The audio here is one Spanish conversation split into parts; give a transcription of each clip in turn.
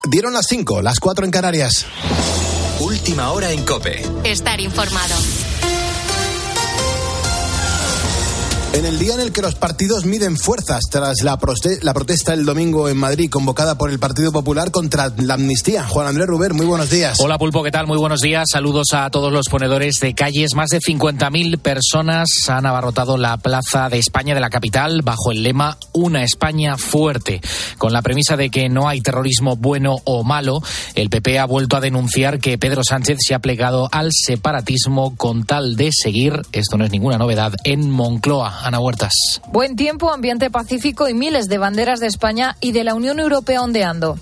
Dieron las 5, las 4 en Canarias. Última hora en COPE. Estar informado. En el día en el que los partidos miden fuerzas tras la protesta el domingo en Madrid convocada por el Partido Popular contra la amnistía. Juan Andrés Ruber, muy buenos días. Hola Pulpo, ¿qué tal? Muy buenos días. Saludos a todos los ponedores de calles. Más de 50.000 personas han abarrotado la Plaza de España de la capital bajo el lema Una España fuerte. Con la premisa de que no hay terrorismo bueno o malo, el PP ha vuelto a denunciar que Pedro Sánchez se ha plegado al separatismo con tal de seguir, esto no es ninguna novedad, en Moncloa. Ana Huertas. Buen tiempo, ambiente pacífico y miles de banderas de España y de la Unión Europea ondeando.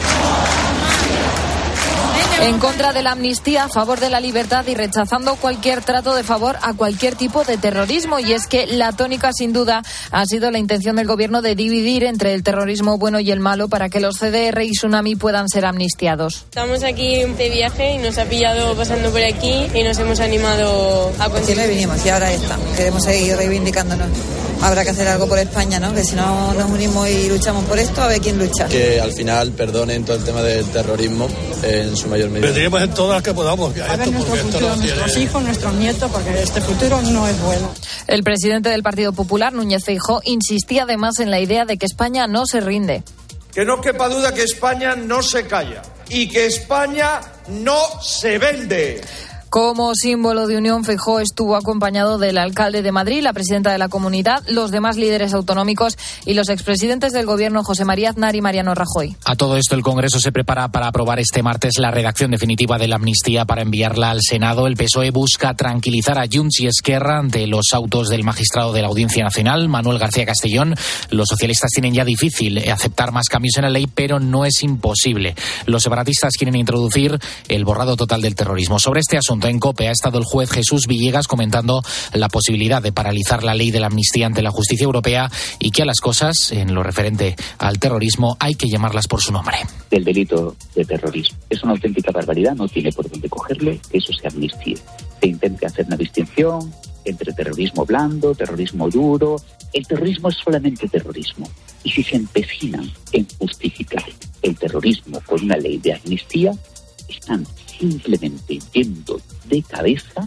En contra de la amnistía, a favor de la libertad y rechazando cualquier trato de favor a cualquier tipo de terrorismo. Y es que la tónica, sin duda, ha sido la intención del Gobierno de dividir entre el terrorismo bueno y el malo para que los CDR y Tsunami puedan ser amnistiados. Estamos aquí de viaje y nos ha pillado pasando por aquí y nos hemos animado a continuar. Siempre vinimos y ahora estamos. Queremos seguir reivindicándonos. Habrá que hacer algo por España, ¿no? Que si no nos unimos y luchamos por esto, a ver quién lucha. Que al final perdonen todo el tema del terrorismo en su mayor medida. Pediremos en todas las que podamos. A ver nuestro futuro, nuestros hijos, nuestros nietos, porque este futuro no es bueno. El presidente del Partido Popular, Núñez Feijóo, insistía además en la idea de que España no se rinde. Que no quepa duda que España no se calla y que España no se vende. Como símbolo de unión, Feijóo estuvo acompañado del alcalde de Madrid, la presidenta de la comunidad, los demás líderes autonómicos y los expresidentes del Gobierno, José María Aznar y Mariano Rajoy. A todo esto, el Congreso se prepara para aprobar este martes la redacción definitiva de la amnistía para enviarla al Senado. El PSOE busca tranquilizar a Junts y Esquerra ante los autos del magistrado de la Audiencia Nacional, Manuel García Castellón. Los socialistas tienen ya difícil aceptar más cambios en la ley, pero no es imposible. Los separatistas quieren introducir el borrado total del terrorismo. Sobre este asunto, en COPE ha estado el juez Jesús Villegas comentando la posibilidad de paralizar la ley de la amnistía ante la justicia europea y que a las cosas, en lo referente al terrorismo, hay que llamarlas por su nombre. El delito de terrorismo es una auténtica barbaridad, no tiene por dónde cogerle, eso se amnistía. Se intenta hacer una distinción entre terrorismo blando, terrorismo duro. El terrorismo es solamente terrorismo. Y si se empecinan en justificar el terrorismo con una ley de amnistía, están simplemente yendo de cabeza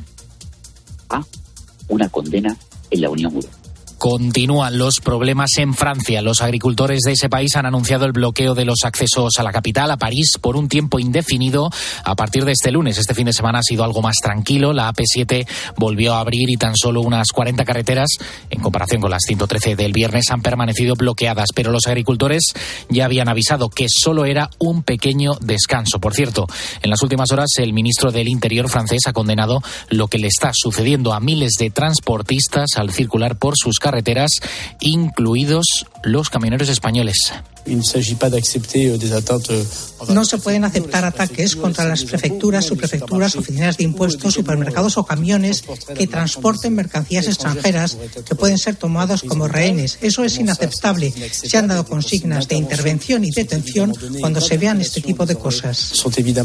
a una condena en la Unión Europea. Continúan los problemas en Francia. Los agricultores de ese país han anunciado el bloqueo de los accesos a la capital, a París, por un tiempo indefinido a partir de este lunes. Este fin de semana ha sido algo más tranquilo. La AP7 volvió a abrir y tan solo unas 40 carreteras, en comparación con las 113 del viernes, han permanecido bloqueadas. Pero los agricultores ya habían avisado que solo era un pequeño descanso. Por cierto, en las últimas horas el ministro del Interior francés ha condenado lo que le está sucediendo a miles de transportistas al circular por sus carreteras, incluidos los camioneros españoles. No se pueden aceptar ataques contra las prefecturas, subprefecturas, oficinas de impuestos, supermercados o camiones que transporten mercancías extranjeras que pueden ser tomados como rehenes. Eso es inaceptable. Se han dado consignas de intervención y detención cuando se vean este tipo de cosas.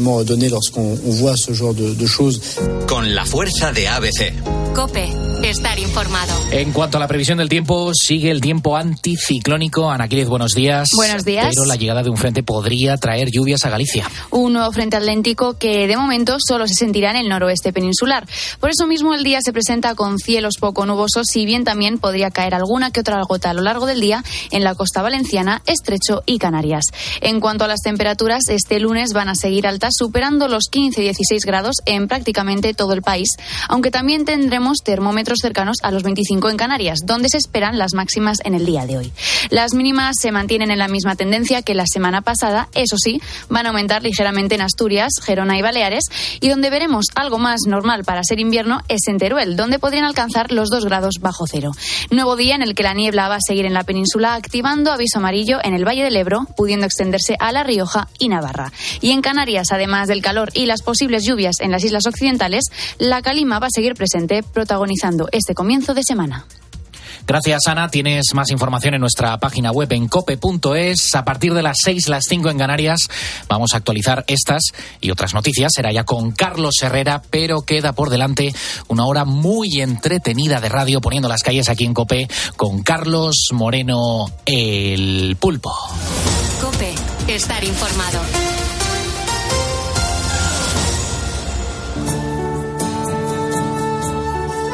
Con la fuerza de ABC. COPE. Estar informado. En cuanto a la previsión del tiempo, sigue el tiempo anticiclónico. Ana Quílez, buenos días. Buenos días. Pero la llegada de un frente podría traer lluvias a Galicia. Un nuevo frente atlántico que de momento solo se sentirá en el noroeste peninsular. Por eso mismo el día se presenta con cielos poco nubosos, si bien también podría caer alguna que otra gota a lo largo del día en la costa valenciana, Estrecho y Canarias. En cuanto a las temperaturas, este lunes van a seguir altas, superando los 15-16 grados en prácticamente todo el país, aunque también tendremos termómetros cercanos a los 25 en Canarias, donde se esperan las máximas en el día de hoy. Las mínimas se mantienen en la misma tendencia que la semana pasada, eso sí, van a aumentar ligeramente en Asturias, Gerona y Baleares, y donde veremos algo más normal para ser invierno es en Teruel, donde podrían alcanzar los 2 grados bajo cero. Nuevo día en el que la niebla va a seguir en la península, activando aviso amarillo en el Valle del Ebro, pudiendo extenderse a La Rioja y Navarra. Y en Canarias, además del calor y las posibles lluvias en las islas occidentales, la calima va a seguir presente, protagonizando este comienzo de semana. Gracias, Ana. Tienes más información en nuestra página web en cope.es. A partir de las 6, las 5 en Canarias, vamos a actualizar estas y otras noticias. Será ya con Carlos Herrera, pero queda por delante una hora muy entretenida de radio, poniendo las calles aquí en Cope, con Carlos Moreno, el Pulpo. COPE. Estar informado.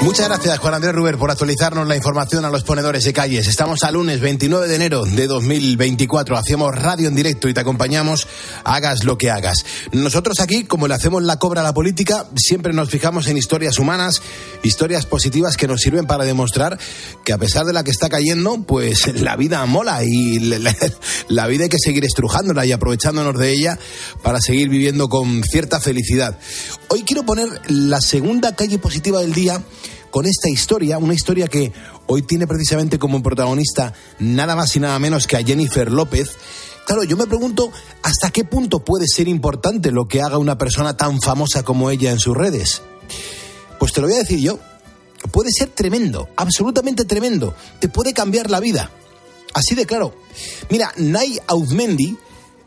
Muchas gracias, Juan Andrés Ruber, por actualizarnos la información a los ponedores de calles. Estamos a lunes 29 de enero de 2024. Hacemos radio en directo y te acompañamos, hagas lo que hagas. Nosotros aquí, como le hacemos la cobra a la política, siempre nos fijamos en historias humanas, historias positivas que nos sirven para demostrar que a pesar de la que está cayendo, pues la vida mola y la vida hay que seguir estrujándola y aprovechándonos de ella para seguir viviendo con cierta felicidad. Hoy quiero poner la segunda calle positiva del día con esta historia, una historia que hoy tiene precisamente como protagonista nada más y nada menos que a Jennifer López. Claro, yo me pregunto hasta qué punto puede ser importante lo que haga una persona tan famosa como ella en sus redes. Pues te lo voy a decir yo, puede ser tremendo, absolutamente tremendo, te puede cambiar la vida, así de claro. Mira, Nay Auzmendi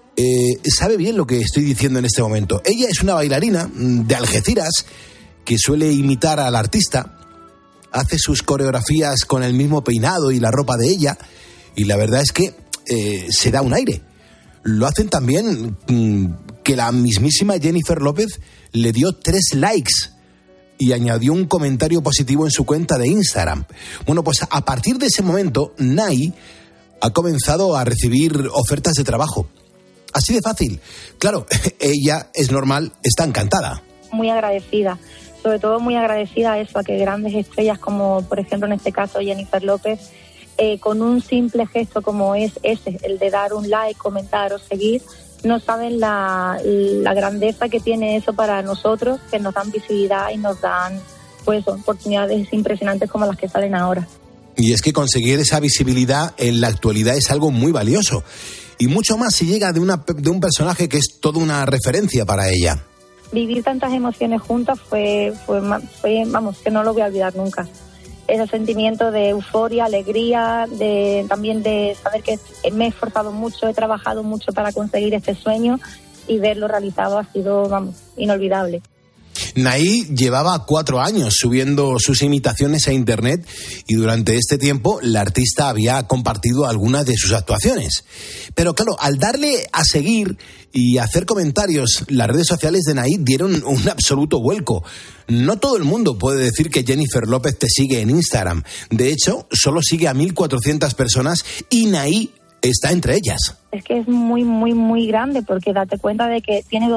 sabe bien lo que estoy diciendo en este momento. Ella es una bailarina de Algeciras que suele imitar al artista, hace sus coreografías con el mismo peinado y la ropa de ella, y la verdad es que se da un aire. Lo hacen también que la mismísima Jennifer López le dio 3 likes y añadió un comentario positivo en su cuenta de Instagram. Bueno, pues a partir de ese momento, Nay ha comenzado a recibir ofertas de trabajo. Así de fácil. Claro, ella, es normal, está encantada. Muy agradecida. Sobre todo muy agradecida a eso, a que grandes estrellas como, por ejemplo, en este caso Jennifer López, con un simple gesto como es ese, el de dar un like, comentar o seguir, no saben la grandeza que tiene eso para nosotros, que nos dan visibilidad y nos dan pues oportunidades impresionantes como las que salen ahora. Y es que conseguir esa visibilidad en la actualidad es algo muy valioso, y mucho más si llega de un personaje que es toda una referencia para ella. Vivir tantas emociones juntas fue, vamos, que no lo voy a olvidar nunca. Ese sentimiento de euforia, alegría, también de saber que me he esforzado mucho, he trabajado mucho para conseguir este sueño, y verlo realizado ha sido, vamos, inolvidable. Nay llevaba 4 años subiendo sus imitaciones a internet, y durante este tiempo la artista había compartido algunas de sus actuaciones. Pero claro, al darle a seguir y hacer comentarios, las redes sociales de Nay dieron un absoluto vuelco. No todo el mundo puede decir que Jennifer López te sigue en Instagram. De hecho, solo sigue a 1.400 personas y Nay está entre ellas. Es que es muy, muy, muy grande, porque date cuenta de que tiene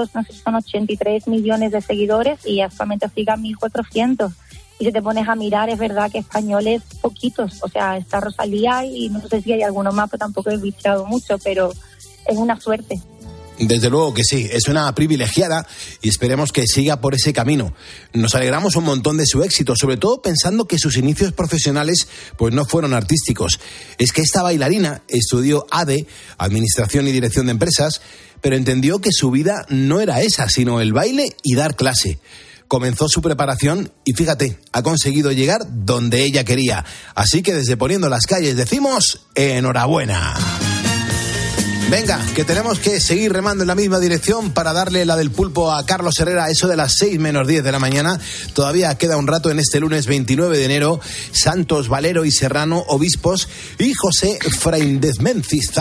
83 millones de seguidores y actualmente sigue a 1.400. Y si te pones a mirar, es verdad que españoles poquitos. O sea, está Rosalía y no sé si hay alguno más, pero tampoco he visto mucho, pero es una suerte. Desde luego que sí, es una privilegiada y esperemos que siga por ese camino. Nos alegramos un montón de su éxito, sobre todo pensando que sus inicios profesionales pues no fueron artísticos. Es que esta bailarina estudió ADE, Administración y Dirección de Empresas, pero entendió que su vida no era esa, sino el baile y dar clase. Comenzó su preparación y fíjate, ha conseguido llegar donde ella quería. Así que desde Poniendo las Calles decimos enhorabuena. Venga, que tenemos que seguir remando en la misma dirección para darle la del pulpo a Carlos Herrera a eso de las 6 menos 10 de la mañana. Todavía queda un rato en este lunes 29 de enero. Santos, Valero y Serrano, obispos, y José Freindesmencis,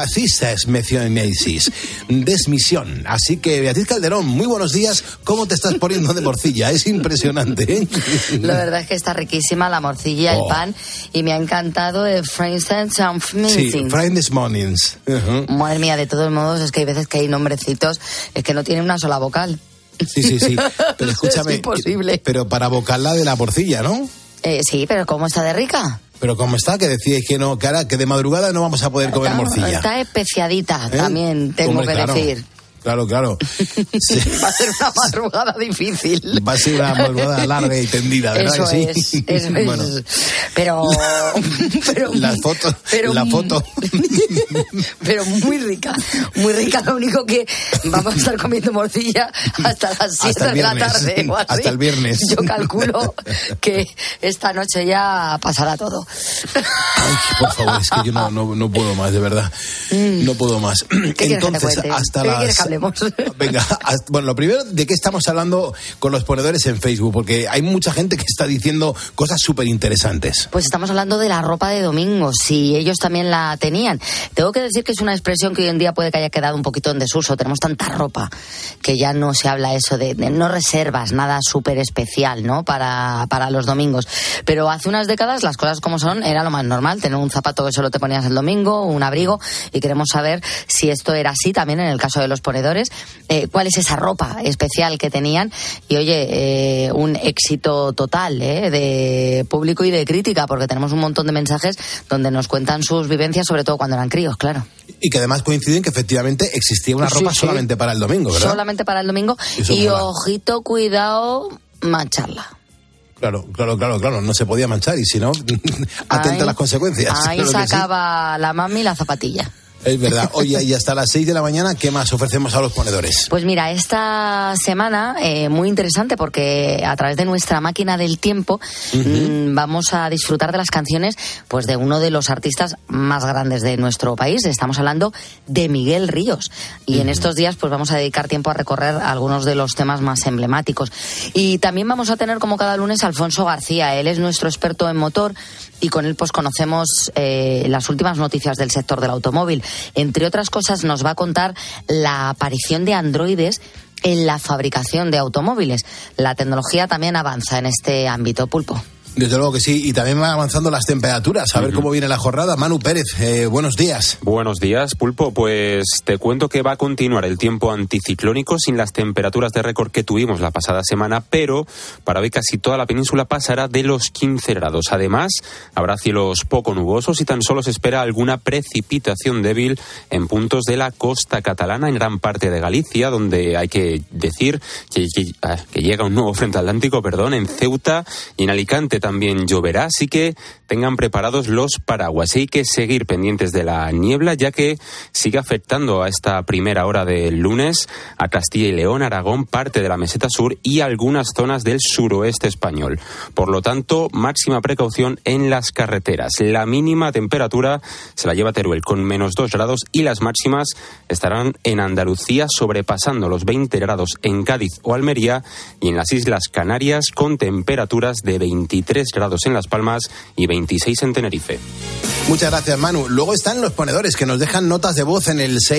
desmisión. Así que, Beatriz Calderón, muy buenos días. ¿Cómo te estás poniendo de morcilla? Es impresionante, ¿eh? La verdad es que está riquísima la morcilla, el pan, y me ha encantado el Freindesmencis. Sí, Freindesmencis. Madre mía, de todos modos, es que hay veces que hay nombrecitos, es que no tiene una sola vocal. Sí. Pero escúchame, es imposible. Pero para vocarla de la morcilla, ¿no? Sí, pero ¿cómo está de rica? Pero ¿cómo está? Que decíais que no, que de madrugada no vamos a poder comer morcilla. Está especiadita, también tengo que decir. Claro. Sí. Va a ser una madrugada difícil. Va a ser una madrugada larga y tendida, ¿verdad? Eso que es, sí. Eso bueno. Es. Pero la foto. Pero muy rica. Lo único que vamos a estar comiendo morcilla hasta las 7 de la tarde o así. Hasta el viernes. Yo calculo que esta noche ya pasará todo. Ay, por favor, es que yo no puedo más, de verdad. No puedo más. ¿Qué Entonces, quieres que te cuente? hasta ¿Qué las... quieres que veremos. Venga, bueno, lo primero, ¿de qué estamos hablando con los ponedores en Facebook? Porque hay mucha gente que está diciendo cosas súper interesantes. Pues estamos hablando de la ropa de domingo, si ellos también la tenían. Tengo que decir que es una expresión que hoy en día puede que haya quedado un poquito en desuso. Tenemos tanta ropa que ya no se habla eso de no reservas nada súper especial, ¿no? Para los domingos. Pero hace unas décadas las cosas como son era lo más normal, tener un zapato que solo te ponías el domingo, un abrigo, y queremos saber si esto era así también en el caso de los ponedores, cuál es esa ropa especial que tenían. Y oye, un éxito total de público y de crítica, porque tenemos un montón de mensajes donde nos cuentan sus vivencias, sobre todo cuando eran críos, claro. Y que además coinciden que efectivamente existía una ropa solamente para el domingo, ¿verdad? Solamente para el domingo. Y ojito, cuidado, mancharla. Claro, no se podía manchar y si no, atenta a las consecuencias. Ahí sacaba la mami la zapatilla. Es verdad. Oye, y hasta las 6 de la mañana, ¿qué más ofrecemos a los ponedores? Pues mira, esta semana, muy interesante porque a través de nuestra máquina del tiempo vamos a disfrutar de las canciones pues de uno de los artistas más grandes de nuestro país. Estamos hablando de Miguel Ríos. Y en estos días pues vamos a dedicar tiempo a recorrer algunos de los temas más emblemáticos. Y también vamos a tener como cada lunes a Alfonso García. Él es nuestro experto en motor y con él pues conocemos las últimas noticias del sector del automóvil. Entre otras cosas nos va a contar la aparición de androides en la fabricación de automóviles. La tecnología también avanza en este ámbito, Pulpo. Desde luego que sí, y también van avanzando las temperaturas. A ver cómo viene la jornada. Manu Pérez, buenos días. Buenos días, Pulpo. Pues te cuento que va a continuar el tiempo anticiclónico sin las temperaturas de récord que tuvimos la pasada semana, pero para hoy casi toda la península pasará de los 15 grados. Además, habrá cielos poco nubosos y tan solo se espera alguna precipitación débil en puntos de la costa catalana, en gran parte de Galicia, donde hay que decir que llega un nuevo frente atlántico, en Ceuta y en Alicante también lloverá, así que tengan preparados los paraguas. Y hay que seguir pendientes de la niebla, ya que sigue afectando a esta primera hora del lunes a Castilla y León, Aragón, parte de la meseta sur y algunas zonas del suroeste español. Por lo tanto, máxima precaución en las carreteras. La mínima temperatura se la lleva Teruel con -2 grados y las máximas estarán en Andalucía sobrepasando los 20 grados en Cádiz o Almería y en las Islas Canarias con temperaturas de 23 grados en Las Palmas y 26 en Tenerife. Muchas gracias, Manu. Luego están los ponedores que nos dejan notas de voz en el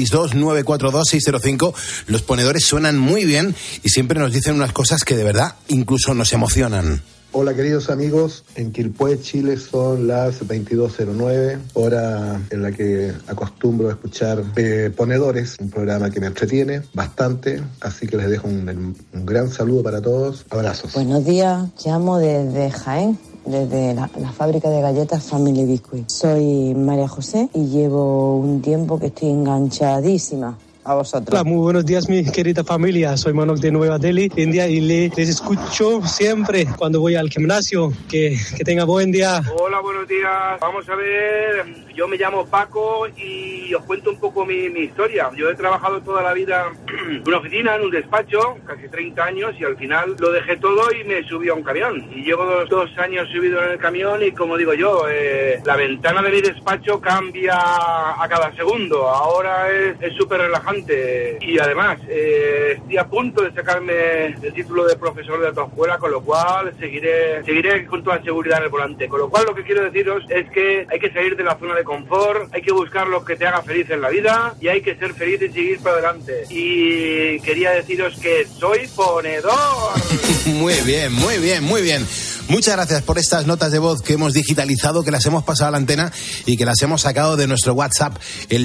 662-942-605. Los ponedores suenan muy bien y siempre nos dicen unas cosas que de verdad incluso nos emocionan. Hola queridos amigos, en Quilpué, Chile son las 22:09, hora en la que acostumbro a escuchar Ponedores, un programa que me entretiene bastante, así que les dejo un gran saludo para todos, abrazos. Buenos días, llamo desde Jaén, desde la fábrica de galletas Family Biscuit. Soy María José y llevo un tiempo que estoy enganchadísima a vosotros. Hola, muy buenos días mi querida familia, soy Manok de Nueva Delhi, India, y les escucho siempre cuando voy al gimnasio. Que tenga buen día. Hola, buenos días. Vamos a ver, yo me llamo Paco y os cuento un poco mi historia. Yo he trabajado toda la vida en una oficina, en un despacho, casi 30 años, y al final lo dejé todo y me subí a un camión. Y llevo dos años subido en el camión y, como digo yo, la ventana de mi despacho cambia a cada segundo. Ahora es súper relajante. Y además estoy a punto de sacarme el título de profesor de autoescuela, con lo cual seguiré con toda seguridad en el volante. Con lo cual lo que quiero deciros es que hay que salir de la zona de confort, hay que buscar lo que te haga feliz en la vida y hay que ser feliz y seguir para adelante. Y quería deciros que soy ponedor. Muy bien, muy bien, muy bien. Muchas gracias por estas notas de voz que hemos digitalizado, que las hemos pasado a la antena y que las hemos sacado de nuestro WhatsApp, el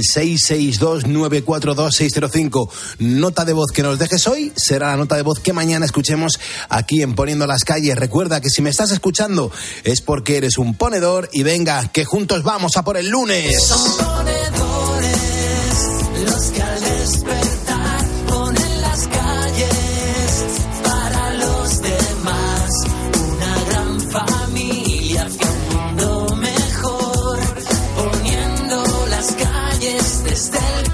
662-942-605. Nota de voz que nos dejes hoy será la nota de voz que mañana escuchemos aquí en Poniendo las Calles. Recuerda que si me estás escuchando es porque eres un ponedor y venga, que juntos vamos a por el lunes. Son ponedores los que al despertar ponen las calles para los demás. Familia hacia un mundo mejor, poniendo las calles desde el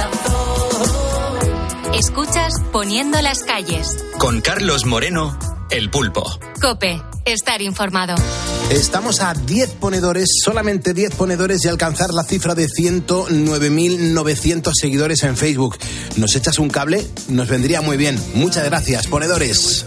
corazón. Escuchas Poniendo las Calles con Carlos Moreno, El Pulpo. COPE. Estar informado. Estamos a 10 ponedores, solamente 10 ponedores de alcanzar la cifra de 109.900 seguidores en Facebook. ¿Nos echas un cable? Nos vendría muy bien. Muchas gracias, ponedores.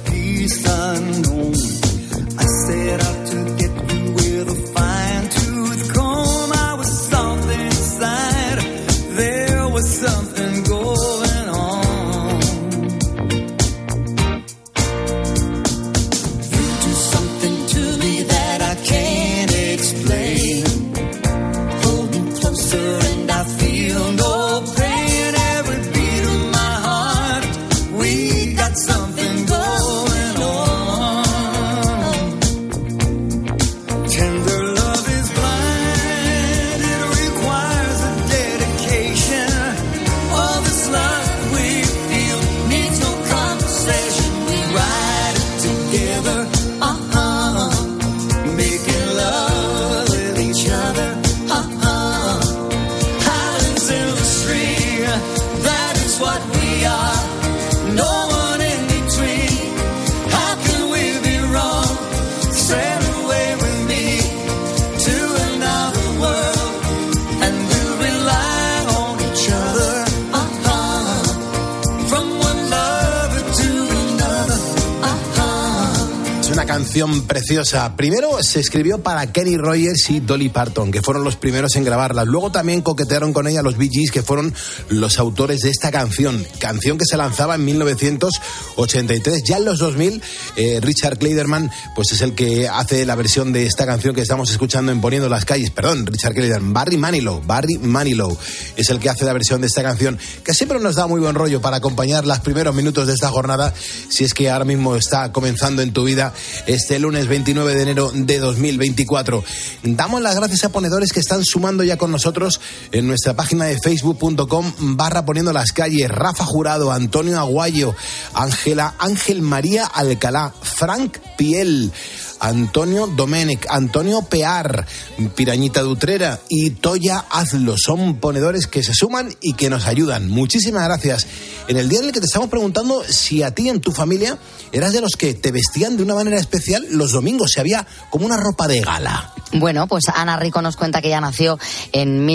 Canción preciosa. Primero se escribió para Kenny Rogers y Dolly Parton, que fueron los primeros en grabarla. Luego también coquetearon con ella los Bee Gees, que fueron los autores de esta canción que se lanzaba en 1983. Ya en los 2000, Richard Clayderman pues es el que hace la versión de esta canción que estamos escuchando en Poniendo las Calles. Perdón, Richard Clayderman, Barry Manilow es el que hace la versión de esta canción, que siempre nos da muy buen rollo para acompañar los primeros minutos de esta jornada, si es que ahora mismo está comenzando en tu vida este lunes 29 de enero de 2024. Damos las gracias a ponedores que están sumando ya con nosotros en nuestra página de facebook.com/Poniendo las Calles. Rafa Jurado, Antonio Aguayo, Ángel María Alcalá, Frank Piel, Antonio Domènech, Antonio Pear, Pirañita Dutrera y Toya Hazlo. Son ponedores que se suman y que nos ayudan. Muchísimas gracias. En el día en el que te estamos preguntando si a ti en tu familia eras de los que te vestían de una manera especial los domingos, si había como una ropa de gala. Bueno, pues Ana Rico nos cuenta que ella nació en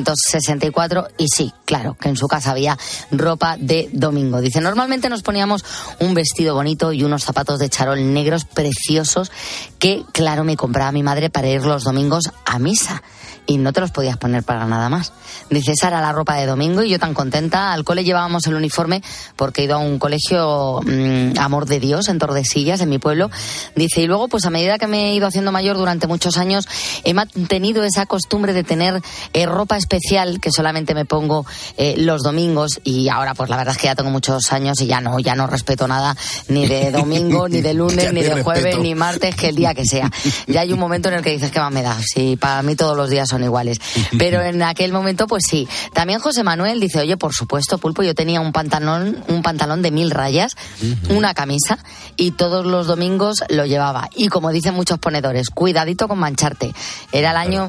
1964 y sí, claro, que en su casa había ropa de domingo. Dice, normalmente nos poníamos un vestido bonito y unos zapatos de charol negros preciosos que, claro, me compraba mi madre para ir los domingos a misa. Y no te los podías poner para nada más. Dice, esa era la ropa de domingo y yo tan contenta. Al cole llevábamos el uniforme porque he ido a un colegio Amor de Dios en Tordesillas, en mi pueblo. Dice, y luego pues a medida que me he ido haciendo mayor durante muchos años, he mantenido esa costumbre de tener ropa especial que solamente me pongo los domingos. Y ahora pues la verdad es que ya tengo muchos años y ya no respeto nada, ni de domingo, ni de lunes, ni de jueves, ni martes, que el día que sea. Ya hay un momento en el que dices, ¿qué más me da? Si para mí todos los días son iguales. Pero en aquel momento, pues sí. También José Manuel dice, oye, por supuesto, Pulpo, yo tenía un pantalón de 1000 rayas, una camisa, y todos los domingos lo llevaba. Y como dicen muchos ponedores, cuidadito con mancharte. Era el año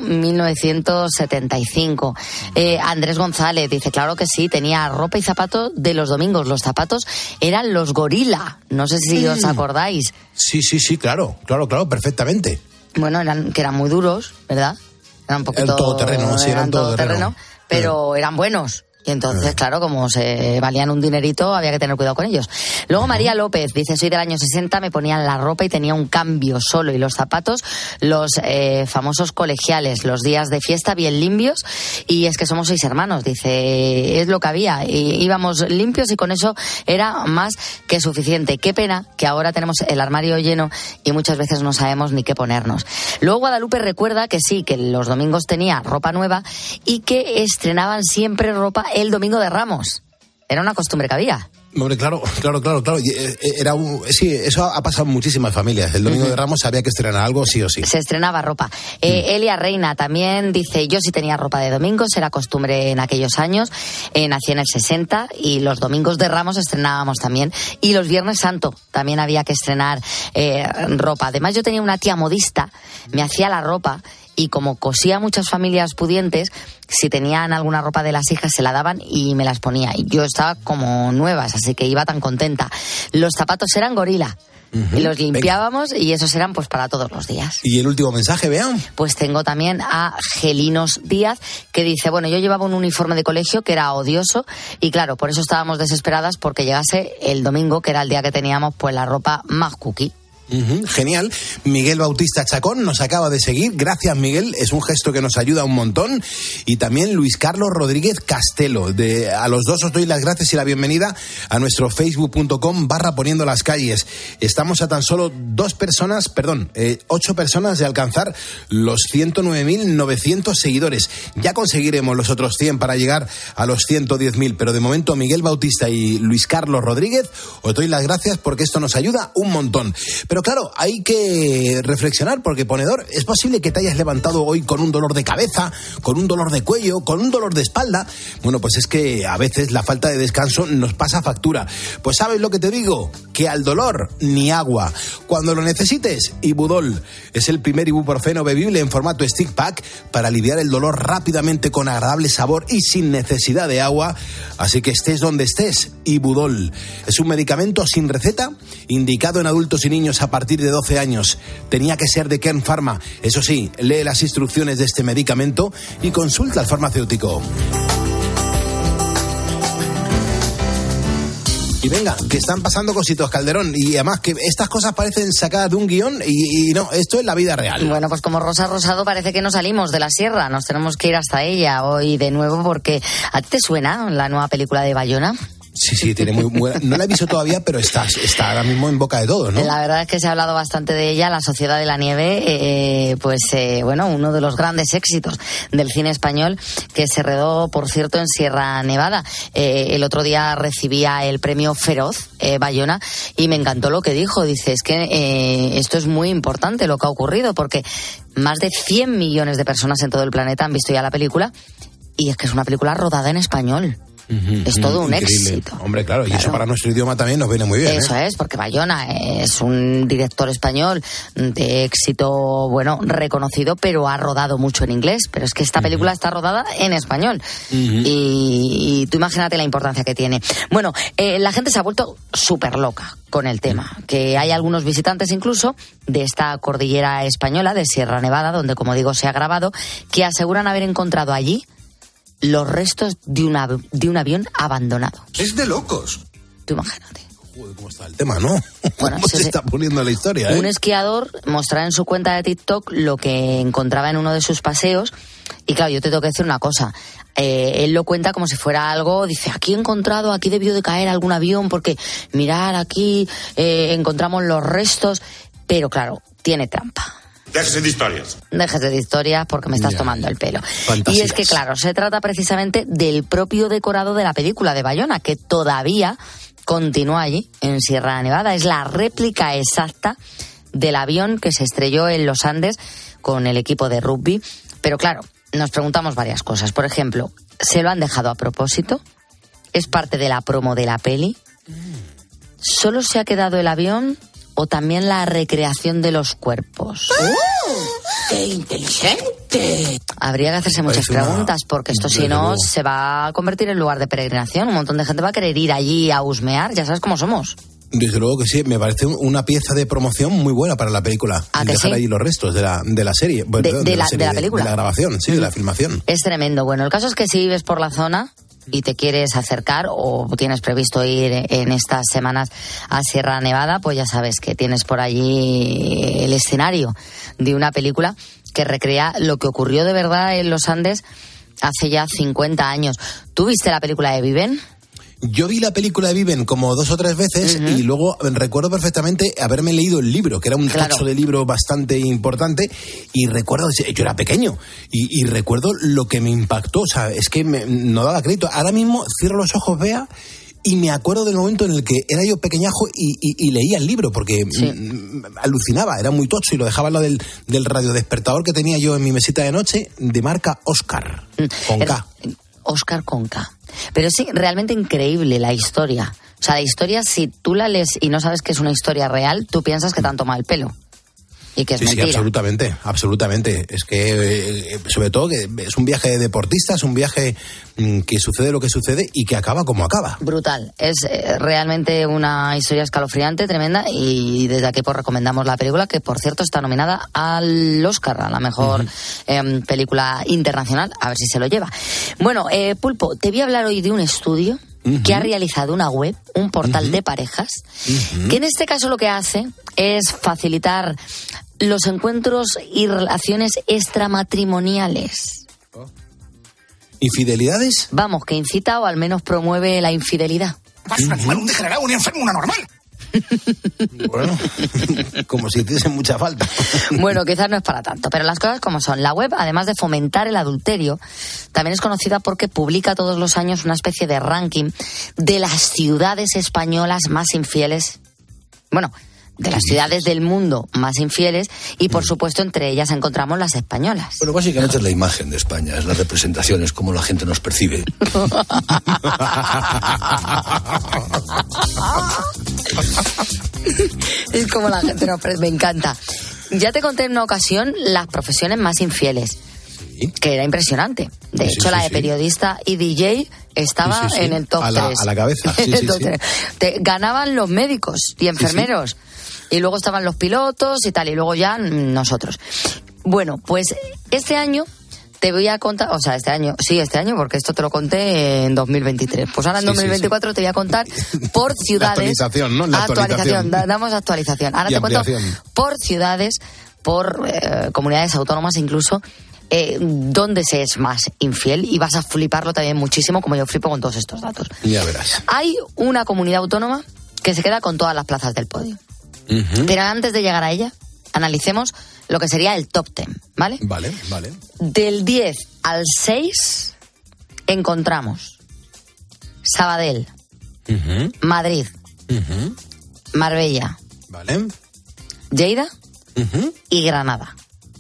1975. Andrés González dice, claro que sí, tenía ropa y zapatos de los domingos. Los zapatos eran los Gorila. No sé si os acordáis. Sí, claro, perfectamente. Bueno, eran muy duros, ¿verdad? Eran un poquito... todoterreno, sí, eran todoterreno. Pero eran buenos. Y entonces, claro, como se valían un dinerito, había que tener cuidado con ellos. Luego María López dice, soy del año 60, me ponían la ropa y tenía un cambio solo. Y los zapatos, los famosos colegiales, los días de fiesta bien limpios. Y es que somos 6 hermanos, dice, es lo que había. Y íbamos limpios y con eso era más que suficiente. Qué pena que ahora tenemos el armario lleno y muchas veces no sabemos ni qué ponernos. Luego Guadalupe recuerda que sí, que los domingos tenía ropa nueva y que estrenaban siempre ropa el domingo de Ramos. Era una costumbre que había. Hombre, claro. Sí, eso ha pasado en muchísimas familias. El domingo de Ramos había que estrenar algo sí o sí. Se estrenaba ropa. Elia Reina también dice, yo sí tenía ropa de domingos, era costumbre en aquellos años. Nací en el 60 y los domingos de Ramos estrenábamos también. Y los Viernes Santo también había que estrenar ropa. Además yo tenía una tía modista, me hacía la ropa. Y como cosía muchas familias pudientes, si tenían alguna ropa de las hijas se la daban y me las ponía. Y yo estaba como nuevas, así que iba tan contenta. Los zapatos eran Gorila. Y los limpiábamos y esos eran pues para todos los días. ¿Y el último mensaje, vean? Pues tengo también a Gelinos Díaz, que dice, bueno, yo llevaba un uniforme de colegio que era odioso y claro, por eso estábamos desesperadas porque llegase el domingo, que era el día que teníamos pues la ropa más cookie. Genial. Miguel Bautista Chacón nos acaba de seguir. Gracias, Miguel. Es un gesto que nos ayuda un montón. Y también Luis Carlos Rodríguez Castelo. A los dos os doy las gracias y la bienvenida a nuestro facebook.com/poniendo las calles. Estamos a tan solo 8 personas de alcanzar los 109.900 seguidores. Ya conseguiremos los otros 100 para llegar a los 110.000. Pero de momento, Miguel Bautista y Luis Carlos Rodríguez, os doy las gracias porque esto nos ayuda un montón. Pero claro, hay que reflexionar porque, ponedor, es posible que te hayas levantado hoy con un dolor de cabeza, con un dolor de cuello, con un dolor de espalda. Bueno, pues es que a veces la falta de descanso nos pasa factura. Pues ¿sabes lo que te digo? Que al dolor ni agua. Cuando lo necesites, Ibudol. Es el primer ibuprofeno bebible en formato stick pack para aliviar el dolor rápidamente con agradable sabor y sin necesidad de agua. Así que estés donde estés, Ibudol. Es un medicamento sin receta, indicado en adultos y niños a partir de 12 años. Tenía que ser de Kern Pharma. Eso sí, lee las instrucciones de este medicamento y consulta al farmacéutico. Y venga, que están pasando cositos, Calderón, y además que estas cosas parecen sacadas de un guión y no, esto es la vida real. Bueno, pues como Rosa Rosado parece que no salimos de la sierra, nos tenemos que ir hasta ella hoy de nuevo porque ¿a ti te suena la nueva película de Bayona? Sí, tiene muy buena. No la he visto todavía, pero está ahora mismo en boca de todos, ¿no? La verdad es que se ha hablado bastante de ella, La Sociedad de la Nieve, uno de los grandes éxitos del cine español que se rodó, por cierto, en Sierra Nevada. El otro día recibía el premio Feroz, Bayona, y me encantó lo que dijo. Dice, es que esto es muy importante lo que ha ocurrido, porque más de 100 millones de personas en todo el planeta han visto ya la película, y es que es una película rodada en español. Es todo un éxito. Hombre, claro, y eso para nuestro idioma también nos viene muy bien. Eso es, porque Bayona es un director español de éxito, reconocido, pero ha rodado mucho en inglés. Pero es que esta película está rodada en español. Y tú imagínate la importancia que tiene. Bueno, la gente se ha vuelto súper loca con el tema. Que hay algunos visitantes incluso de esta cordillera española, de Sierra Nevada, donde, como digo, se ha grabado, que aseguran haber encontrado allí los restos de un avión abandonado. Es de locos. Tú imagínate. Joder, ¿cómo está el tema, no? ¿Cómo se está poniendo la historia? Un esquiador mostrará en su cuenta de TikTok lo que encontraba en uno de sus paseos. Y claro, yo te tengo que decir una cosa. Él lo cuenta como si fuera algo, dice, aquí debió de caer algún avión porque mirar aquí encontramos los restos. Pero claro, tiene trampa. Déjese de historias. Déjese de historias porque me estás tomando el pelo. Fantasías. Y es que, claro, se trata precisamente del propio decorado de la película de Bayona, que todavía continúa allí, en Sierra Nevada. Es la réplica exacta del avión que se estrelló en los Andes con el equipo de rugby. Pero claro, nos preguntamos varias cosas. Por ejemplo, ¿se lo han dejado a propósito? ¿Es parte de la promo de la peli? ¿Solo se ha quedado el avión o también la recreación de los cuerpos? ¡Qué inteligente! Habría que hacerse muchas preguntas, porque esto si no se va a convertir en lugar de peregrinación. Un montón de gente va a querer ir allí a husmear, ya sabes cómo somos. Desde luego que sí, me parece una pieza de promoción muy buena para la película. Dejar allí los restos de la serie. De la película. De la grabación, sí, de la filmación. Es tremendo. Bueno, el caso es que si vives por la zona y te quieres acercar o tienes previsto ir en estas semanas a Sierra Nevada, pues ya sabes que tienes por allí el escenario de una película que recrea lo que ocurrió de verdad en los Andes hace ya 50 años. ¿Tú viste la película de Viven? Yo vi la película de Viven como 2 o 3 veces y luego recuerdo perfectamente haberme leído el libro, que era un tocho de libro bastante importante, y recuerdo, yo era pequeño y recuerdo lo que me impactó, o sea, es que no daba crédito. Ahora mismo cierro los ojos, Bea, y me acuerdo del momento en el que era yo pequeñajo y leía el libro, porque alucinaba, era muy tocho, y lo dejaba al lado del radiodespertador que tenía yo en mi mesita de noche, de marca Oscar, con K. Oscar con K. Pero sí, realmente increíble la historia. O sea, la historia, si tú la lees y no sabes que es una historia real, tú piensas que te han tomado el pelo. y que es sí, mentira. Sí, absolutamente. Es que, sobre todo, que es un viaje de deportistas, un viaje que sucede lo que sucede y que acaba como acaba. Brutal. Es realmente una historia escalofriante, tremenda, y desde aquí pues recomendamos la película, que por cierto está nominada al Oscar, a la mejor película internacional, a ver si se lo lleva. Bueno, Pulpo, te voy a hablar hoy de un estudio que ha realizado una web, un portal de parejas, que en este caso lo que hace es facilitar los encuentros y relaciones extramatrimoniales. ¿Infidelidades? Vamos, que incita o al menos promueve la infidelidad. Es un animal, un degenerado, un enfermo, una normal. Bueno, como si hiciese mucha falta. Bueno, quizás no es para tanto, pero las cosas como son. La web, además de fomentar el adulterio, también es conocida porque publica todos los años una especie de ranking de las ciudades españolas más infieles. Bueno, de las ciudades del mundo más infieles, y por supuesto entre ellas encontramos las españolas. Bueno, básicamente es la imagen de España, es la representación, es como la gente nos percibe. Es como la gente nos percibe, me encanta. Ya te conté en una ocasión las profesiones más infieles, que era impresionante. De hecho, la de periodista y DJ estaba en el top 3. A la cabeza, Ganaban los médicos y enfermeros. Y luego estaban los pilotos y tal, y luego ya nosotros. Bueno, pues este año te voy a contar, o sea, este año, porque esto te lo conté en 2023. Pues ahora en 2024 te voy a contar por ciudades. La actualización, ¿no? La actualización. Damos actualización. Ahora te cuento por ciudades, por comunidades autónomas incluso, dónde se es más infiel, y vas a fliparlo también muchísimo, como yo flipo con todos estos datos. Ya verás. Hay una comunidad autónoma que se queda con todas las plazas del podio. Pero antes de llegar a ella, analicemos lo que sería el top 10, ¿vale? Vale. Del 10 al 6 encontramos Sabadell, Madrid, Marbella, Lleida y Granada.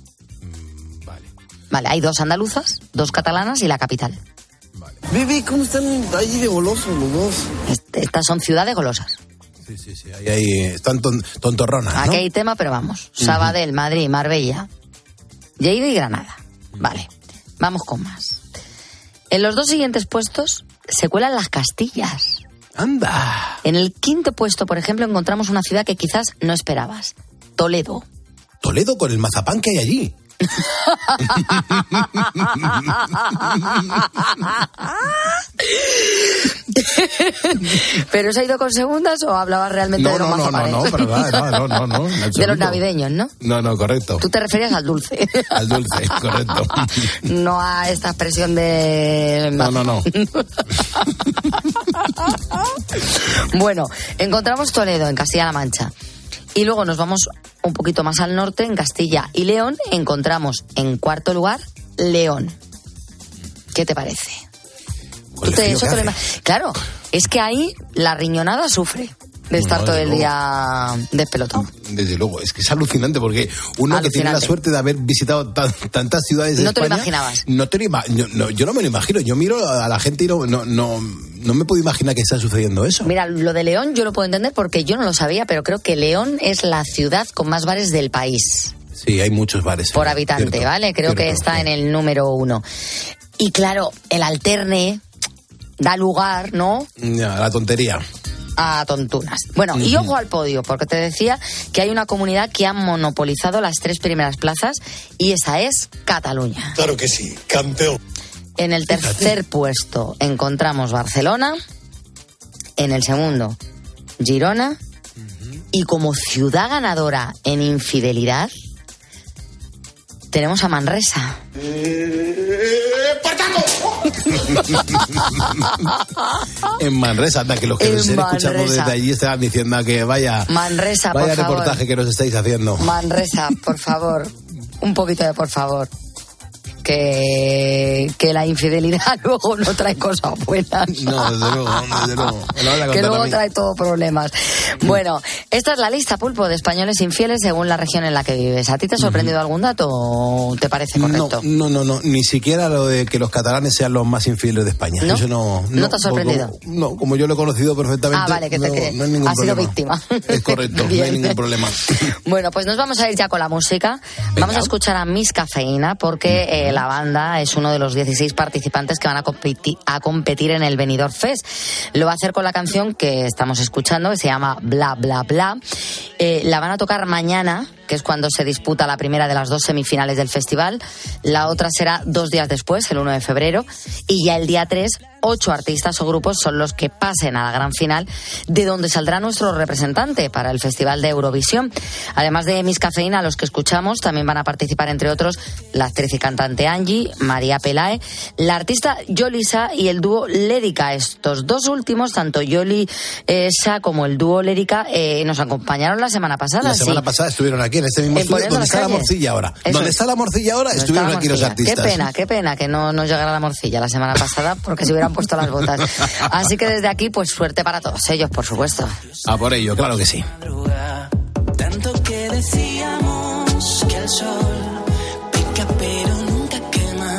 Vale, hay 2 andaluzas, 2 catalanas y la capital. Vivi, ¿cómo están ahí de golosos los dos? Estas son ciudades golosas. Sí. Ahí están tontorronas, ¿no? Aquí hay tema, pero vamos. Sabadell, Madrid, Marbella, Lleida y Granada. Vale, vamos con más. En los 2 siguientes puestos se cuelan las Castillas. ¡Anda! En el 5º puesto, por ejemplo, encontramos una ciudad que quizás no esperabas. Toledo. Toledo, con el mazapán que hay allí. ¿Pero se ha ido con segundas o hablabas realmente de los mazapanes? No, de los navideños, ¿no? No, correcto. Tú te referías al dulce. Al dulce, correcto. No a esta expresión de... No. Bueno, encontramos Toledo, en Castilla-La Mancha. Y luego nos vamos un poquito más al norte, en Castilla y León, encontramos en 4º lugar León. ¿Qué te parece? Claro, es que ahí la riñonada sufre de estar todo el día despelotado. Desde luego, es que es alucinante porque uno que tiene la suerte de haber visitado tantas ciudades de España... No te lo imaginabas. Yo no me lo imagino. Yo miro a la gente y no me puedo imaginar que está sucediendo eso. Mira, lo de León yo lo puedo entender porque yo no lo sabía, pero creo que León es la ciudad con más bares del país. Sí, hay muchos bares. Por habitante, cierto, ¿vale? Creo que está en el número 1. Y claro, el alterne da lugar, ¿no? Ya, la tontería. A tontunas. Bueno, y ojo al podio, porque te decía que hay una comunidad que ha monopolizado las 3 primeras plazas, y esa es Cataluña. Claro que sí, campeón. En el tercer puesto encontramos Barcelona, en el segundo Girona, y como ciudad ganadora en infidelidad tenemos a Manresa. En Manresa, anda, que los que nos estén escuchando desde allí estaban diciendo que vaya Manresa, vaya por reportaje favor. Que nos estáis haciendo. Manresa, por favor, un poquito de por favor. que la infidelidad luego no trae cosas buenas. No, desde luego. Que luego trae todo problemas. Bueno, esta es la lista, Pulpo, de españoles infieles según la región en la que vives. ¿A ti te ha sorprendido algún dato o te parece correcto? No, ni siquiera lo de que los catalanes sean los más infieles de España. ¿No? Eso no te ha sorprendido. Como yo lo he conocido perfectamente. Vale, que no hay ningún has sido problema. víctima. Es correcto, no hay ningún problema. Bueno, pues nos vamos a ir ya con la música. Venga. Vamos a escuchar a Miss Cafeína porque la banda es uno de los 16 participantes que van a competir en el Benidorm Fest. Lo va a hacer con la canción que estamos escuchando, que se llama Bla Bla Bla. La van a tocar mañana, que es cuando se disputa la primera de las 2 semifinales del festival. La otra será 2 días después, el 1 de febrero. Y ya el día 3, 8 artistas o grupos son los que pasen a la gran final, de donde saldrá nuestro representante para el Festival de Eurovisión. Además de Miss Cafeína, los que escuchamos, también van a participar, entre otros, la actriz y cantante Angie, María Pelae, la artista Yolisa y el dúo Lérica. Estos dos últimos, tanto Yolisa como el dúo Lérica, nos acompañaron la semana pasada. La semana pasada estuvieron aquí en este mismo estudio, donde está la morcilla ahora. Donde está la morcilla ahora, estuvieron aquí los artistas. Qué pena que no nos llegara la morcilla la semana pasada, porque se hubieran puesto las botas. Así que desde aquí, pues suerte para todos ellos, por supuesto. A por ello, claro que sí. Tanto que decíamos que el sol pica pero nunca quema.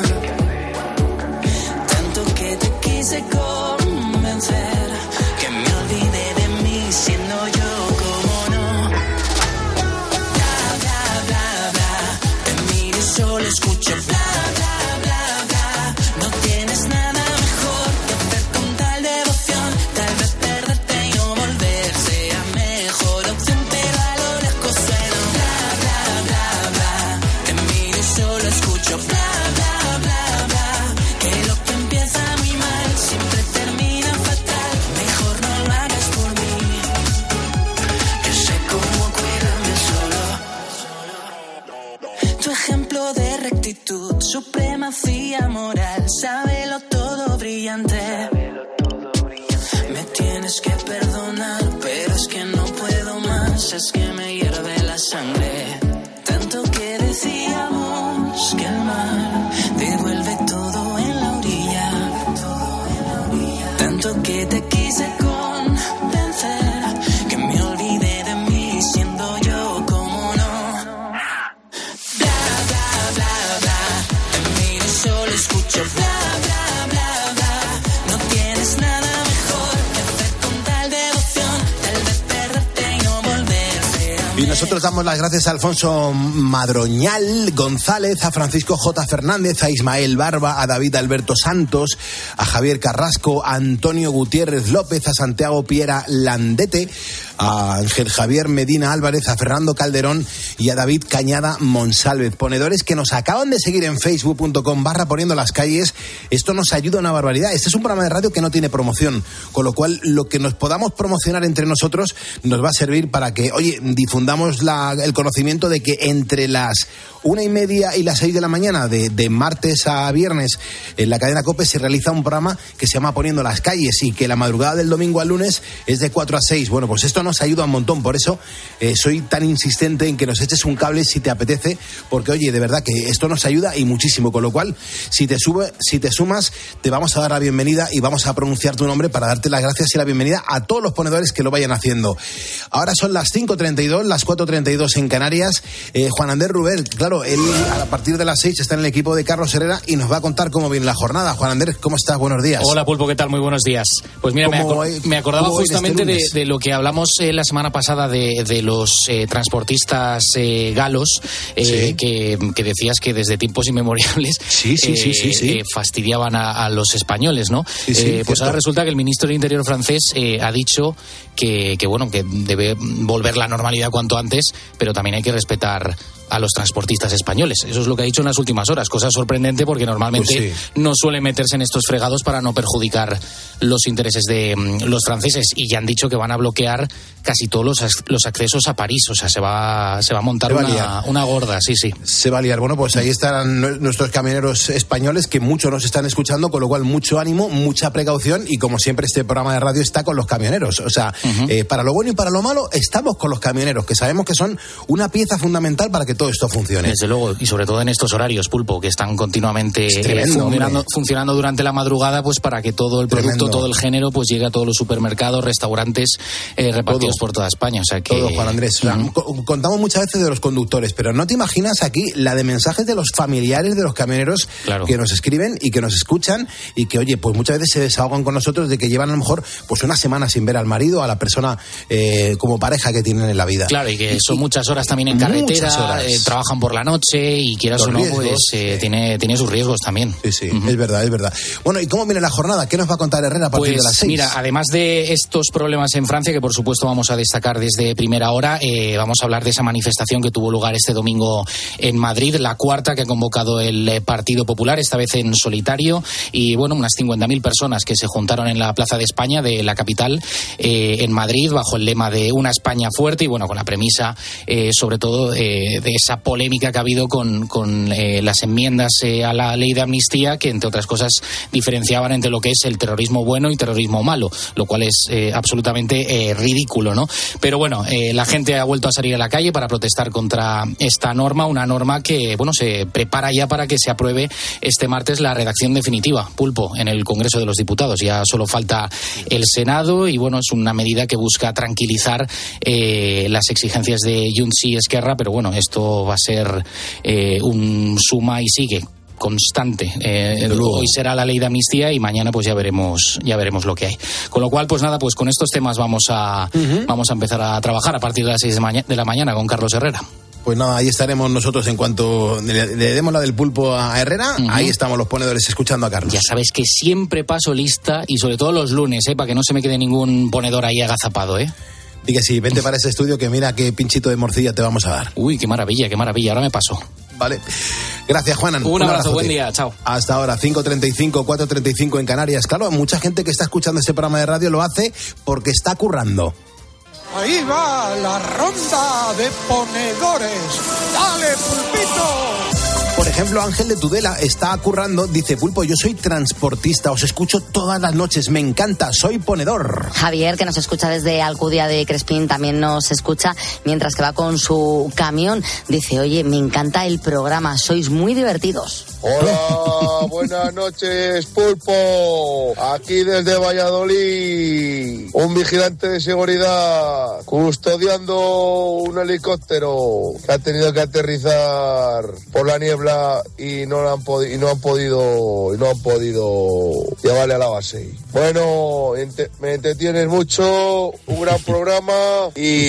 Tanto que te quise convencer que me olvidé de mí siendo yo como no. Bla, bla, bla, bla. Te miro y solo escucho bla, bla, bla, bla. No tienes nada mejor que hacer con tal devoción. Tal vez perderte y no volver sea mejor opción, pero a lo lejos suena bla, bla, bla, bla. Te miro y solo escucho bla, bla, bla, bla. Que lo que empieza muy mal siempre termina fatal. Mejor no lo hagas por mí. Yo sé cómo cuidarme solo. Tu ejemplo de rectitud, supremacía moral, sábelo todo brillante. Me tienes que perdonar, pero es que no puedo más, es que me hierve la sangre. Tanto que decíamos que el mar devuelve todo en la orilla. Tanto que te quise convencer que me olvidé de mí siendo yo como no. Bla, bla, bla, bla. Te miro y solo escucho bla, bla, bla, bla. No tienes nada mejor que hacer con tal devoción. Tal vez perderte y no volver sea. Y nosotros damos las gracias a Alfonso Madroñal González, a Francisco J. Fernández, a Ismael Barba, a David Alberto Santos, a Javier Carrasco, a Antonio Gutiérrez López, a Santiago Piera Landete, a Ángel Javier Medina Álvarez, a Fernando Calderón y a David Cañada Monsalvez, ponedores que nos acaban de seguir en facebook.com/poniendo las calles. Esto nos ayuda una barbaridad. Este es un programa de radio que no tiene promoción, con lo cual lo que nos podamos promocionar entre nosotros nos va a servir para que, oye, difundamos el conocimiento de que entre las 1:30 y las 6 de la mañana, de martes a viernes, en la cadena COPE se realiza un programa que se llama Poniendo las calles, y que la madrugada del domingo al lunes es de 4 a 6. Bueno, pues esto nos ayuda un montón, por eso soy tan insistente en que nos eches un cable si te apetece, porque oye, de verdad que esto nos ayuda y muchísimo, con lo cual si te sumas, te vamos a dar la bienvenida y vamos a pronunciar tu nombre para darte las gracias y la bienvenida a todos los ponedores que lo vayan haciendo. Ahora son las 5:32, las 4:32 en Canarias. Juan Ander Ruber, claro, él a partir de las 6 está en el equipo de Carlos Herrera y nos va a contar cómo viene la jornada. Juan Ander, ¿cómo estás? Buenos días. Hola Pulpo, ¿qué tal? Muy buenos días. Pues mira, me acordaba justamente de lo que hablamos la semana pasada de los transportistas galos, Sí. que decías que desde tiempos inmemoriales Sí. fastidiaban a los españoles, ¿no? Sí, Pues cierto. ahora resulta que el ministro del Interior francés ha dicho que debe volver la normalidad cuanto antes, pero también hay que respetar a los transportistas españoles. Eso es lo que ha dicho en las últimas horas, cosa sorprendente porque normalmente Pues sí. no suele meterse en estos fregados para no perjudicar los intereses de los franceses, y ya han dicho que van a bloquear casi todos los accesos a París. O sea, se va a montar una gorda, sí. Se va a liar. Bueno, pues ahí están nuestros camioneros españoles, que muchos nos están escuchando, con lo cual mucho ánimo, mucha precaución, y como siempre este programa de radio está con los camioneros. O sea, para lo bueno y para lo malo estamos con los camioneros, que sabemos que son una pieza fundamental para que que todo esto funcione. Desde luego, y sobre todo en estos horarios, Pulpo, que están continuamente funcionando durante la madrugada, pues para que todo el producto, todo el género, pues llegue a todos los supermercados, restaurantes repartidos por toda España. O sea que... Todo, Juan Andrés. O sea, contamos muchas veces de los conductores, pero no te imaginas aquí la de mensajes de los familiares de los camioneros que nos escriben y que nos escuchan y que, oye, pues muchas veces se desahogan con nosotros de que llevan a lo mejor pues una semana sin ver al marido, a la persona como pareja que tienen en la vida. Claro, y que son muchas horas también en carretera, trabajan por la noche y quieras o no, pues tiene sus riesgos también. Sí, es verdad. Bueno, ¿y cómo viene la jornada? ¿Qué nos va a contar Herrera a partir de las 6? Mira, además de estos problemas en Francia, que por supuesto vamos a destacar desde primera hora, vamos a hablar de esa manifestación que tuvo lugar este domingo en Madrid, la cuarta que ha convocado el Partido Popular, esta vez en solitario, y bueno, unas 50.000 personas que se juntaron en la Plaza de España, de la capital, en Madrid, bajo el lema de una España fuerte y bueno, con la premisa sobre todo de esa polémica que ha habido con las enmiendas a la ley de amnistía, que entre otras cosas diferenciaban entre lo que es el terrorismo bueno y terrorismo malo, lo cual es absolutamente ridículo, ¿no? Pero bueno, la gente ha vuelto a salir a la calle para protestar contra esta norma, una norma que, bueno, se prepara ya para que se apruebe este martes la redacción definitiva, Pulpo, en el Congreso de los Diputados. Ya solo falta el Senado y, bueno, es una medida que busca tranquilizar las exigencias de Junts y Esquerra, pero bueno, esto va a ser un suma y sigue constante. Hoy será la ley de amnistía y mañana pues ya veremos lo que hay. Con lo cual, pues nada, pues con estos temas vamos a empezar a trabajar a partir de las 6 de la mañana con Carlos Herrera. Pues nada, ahí estaremos nosotros en cuanto le demos la del pulpo a Herrera. Ahí estamos los ponedores escuchando a Carlos. Ya sabes que siempre paso lista y sobre todo los lunes, para que no se me quede ningún ponedor ahí agazapado, Y que sí, vente para ese estudio que mira qué pinchito de morcilla te vamos a dar. Uy, qué maravilla, ahora me paso. Vale. Gracias, Juanan. Un abrazo, buen día, chao. Hasta ahora, 5:35, 4:35 en Canarias. Claro, mucha gente que está escuchando este programa de radio lo hace porque está currando. Ahí va la ronda de ponedores. ¡Dale, Pulpito! Por ejemplo, Ángel de Tudela está currando, dice: Pulpo, yo soy transportista, os escucho todas las noches, me encanta, soy ponedor. Javier, que nos escucha desde Alcudia de Crespín, también nos escucha mientras que va con su camión. Dice: oye, me encanta el programa, sois muy divertidos. Hola, buenas noches, Pulpo. Aquí desde Valladolid, un vigilante de seguridad custodiando un helicóptero que ha tenido que aterrizar por la niebla y no han podido llevarle a la base. Bueno, me entretienes mucho, un gran programa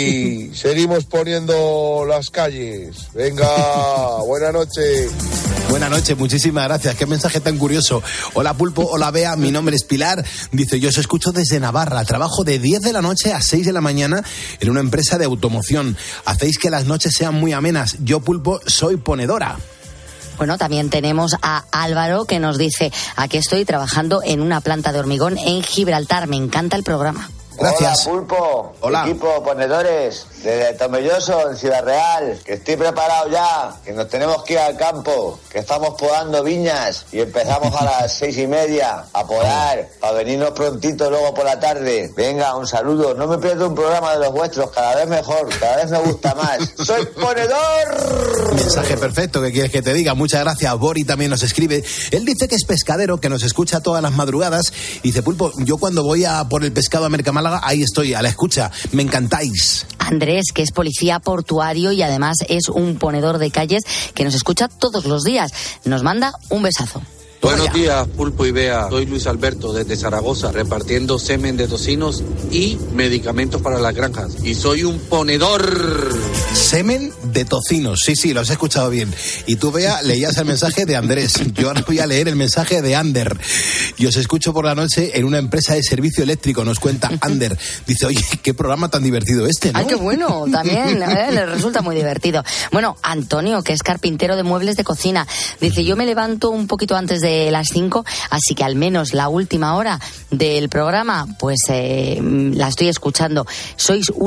y seguimos poniendo las calles. Venga, buena noche. Buenas noches, muchísimas gracias. Qué mensaje tan curioso. Hola, Pulpo, hola, Bea, mi nombre es Pilar. Dice: yo os escucho desde Navarra. Trabajo de 10 de la noche a 6 de la mañana en una empresa de automoción. Hacéis que las noches sean muy amenas. Yo, Pulpo, soy ponedora. Bueno, también tenemos a Álvaro, que nos dice: aquí estoy trabajando en una planta de hormigón en Gibraltar. Me encanta el programa. Gracias. Hola, Pulpo. Hola. Equipo ponedores desde Tomelloso, en Ciudad Real. Que estoy preparado ya, que nos tenemos que ir al campo, que estamos podando viñas y empezamos a las 6:30 a podar, para venirnos prontito luego por la tarde. Venga, un saludo. No me pierdo un programa de los vuestros, cada vez mejor, cada vez me gusta más. ¡Soy ponedor! Mensaje perfecto, ¿qué quieres que te diga? Muchas gracias. Bori también nos escribe. Él dice que es pescadero, que nos escucha todas las madrugadas. Y dice: Pulpo, yo cuando voy a por el pescado a Mercamálaga, ahí estoy, a la escucha. Me encantáis. Andrés, que es policía portuario y además es un ponedor de calles, que nos escucha todos los días. Nos manda un besazo. Buenos días, Pulpo y Bea. Soy Luis Alberto desde Zaragoza, repartiendo semen de tocinos y medicamentos para las granjas. Y soy un ponedor. Semen de tocinos, sí, lo has escuchado bien. Y tú, Bea, leías el mensaje de Andrés. Yo ahora voy a leer el mensaje de Ander. Y os escucho por la noche en una empresa de servicio eléctrico, nos cuenta Ander. Dice: oye, qué programa tan divertido este, ¿no? Ay, qué bueno, también le resulta muy divertido. Bueno, Antonio, que es carpintero de muebles de cocina, dice: yo me levanto un poquito antes de las 5, así que al menos la última hora del programa pues la estoy escuchando. Sois unos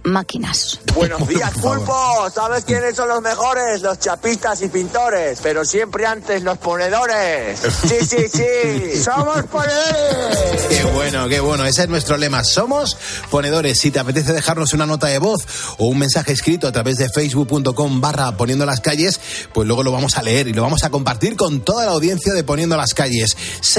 máquinas. Buenos días, Pulpo. ¿Sabes quiénes son los mejores? Los chapistas y pintores. Pero siempre antes los ponedores. Sí. Somos ponedores. Qué bueno. Ese es nuestro lema. Somos ponedores. Si te apetece dejarnos una nota de voz o un mensaje escrito a través de facebook.com/Poniendo las Calles, pues luego lo vamos a leer y lo vamos a compartir con toda la audiencia de Poniendo las Calles.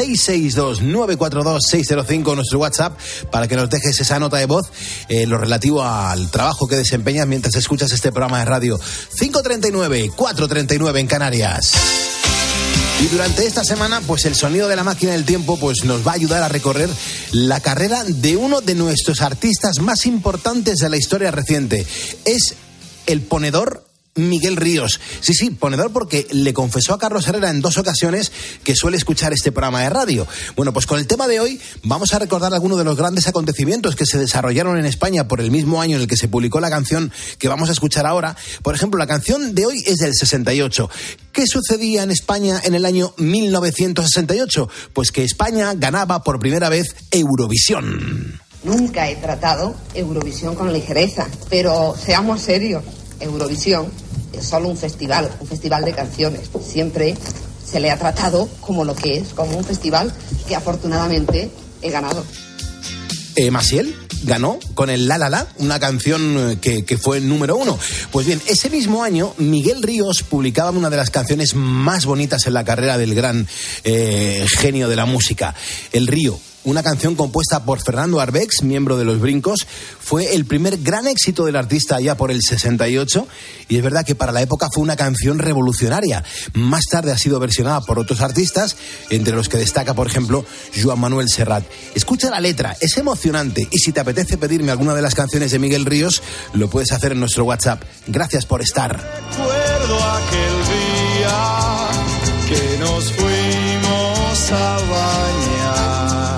662-942-605, nuestro WhatsApp, para que nos dejes esa nota de voz, lo relativo al trabajo que desempeñas mientras escuchas este programa de radio. 5:39, 4:39 en Canarias. Y durante esta semana, pues el sonido de la máquina del tiempo pues nos va a ayudar a recorrer la carrera de uno de nuestros artistas más importantes de la historia reciente. Es el ponedor Miguel Ríos. Sí, ponedor, porque le confesó a Carlos Herrera en 2 ocasiones que suele escuchar este programa de radio. Bueno, pues con el tema de hoy vamos a recordar algunos de los grandes acontecimientos que se desarrollaron en España por el mismo año en el que se publicó la canción que vamos a escuchar ahora. Por ejemplo, la canción de hoy es del 68. ¿Qué sucedía en España en el año 1968? Pues que España ganaba por primera vez Eurovisión. Nunca he tratado Eurovisión con ligereza, pero seamos serios. Eurovisión es solo un festival de canciones. Siempre se le ha tratado como lo que es, como un festival que afortunadamente he ganado. Maciel ganó con el La La La, una canción que fue número 1. Pues bien, ese mismo año Miguel Ríos publicaba una de las canciones más bonitas en la carrera del gran genio de la música, El Río. Una canción compuesta por Fernando Arbex, miembro de Los Brincos. Fue el primer gran éxito del artista ya por el 68, y es verdad que para la época fue una canción revolucionaria. Más tarde ha sido versionada por otros artistas, entre los que destaca, por ejemplo, Joan Manuel Serrat. Escucha la letra, es emocionante, y si te apetece pedirme alguna de las canciones de Miguel Ríos, lo puedes hacer en nuestro WhatsApp. Gracias por estar. Recuerdo aquel día que nos fuimos a bañar.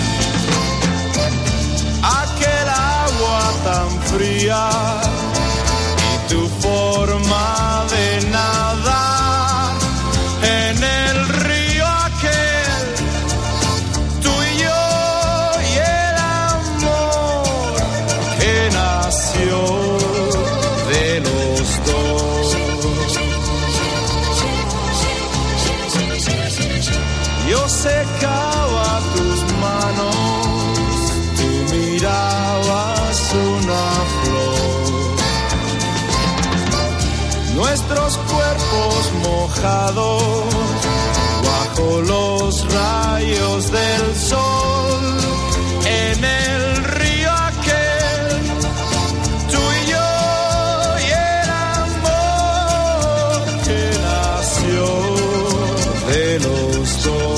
Aquel agua tan fría y tu forma de nadar en el río aquel, tú y yo y el amor que nació de los dos. Yo secaba tus manos, tú mirabas una flor. Nuestros cuerpos mojados bajo los rayos del sol en el río aquel, tú y yo y el amor que nació de los dos.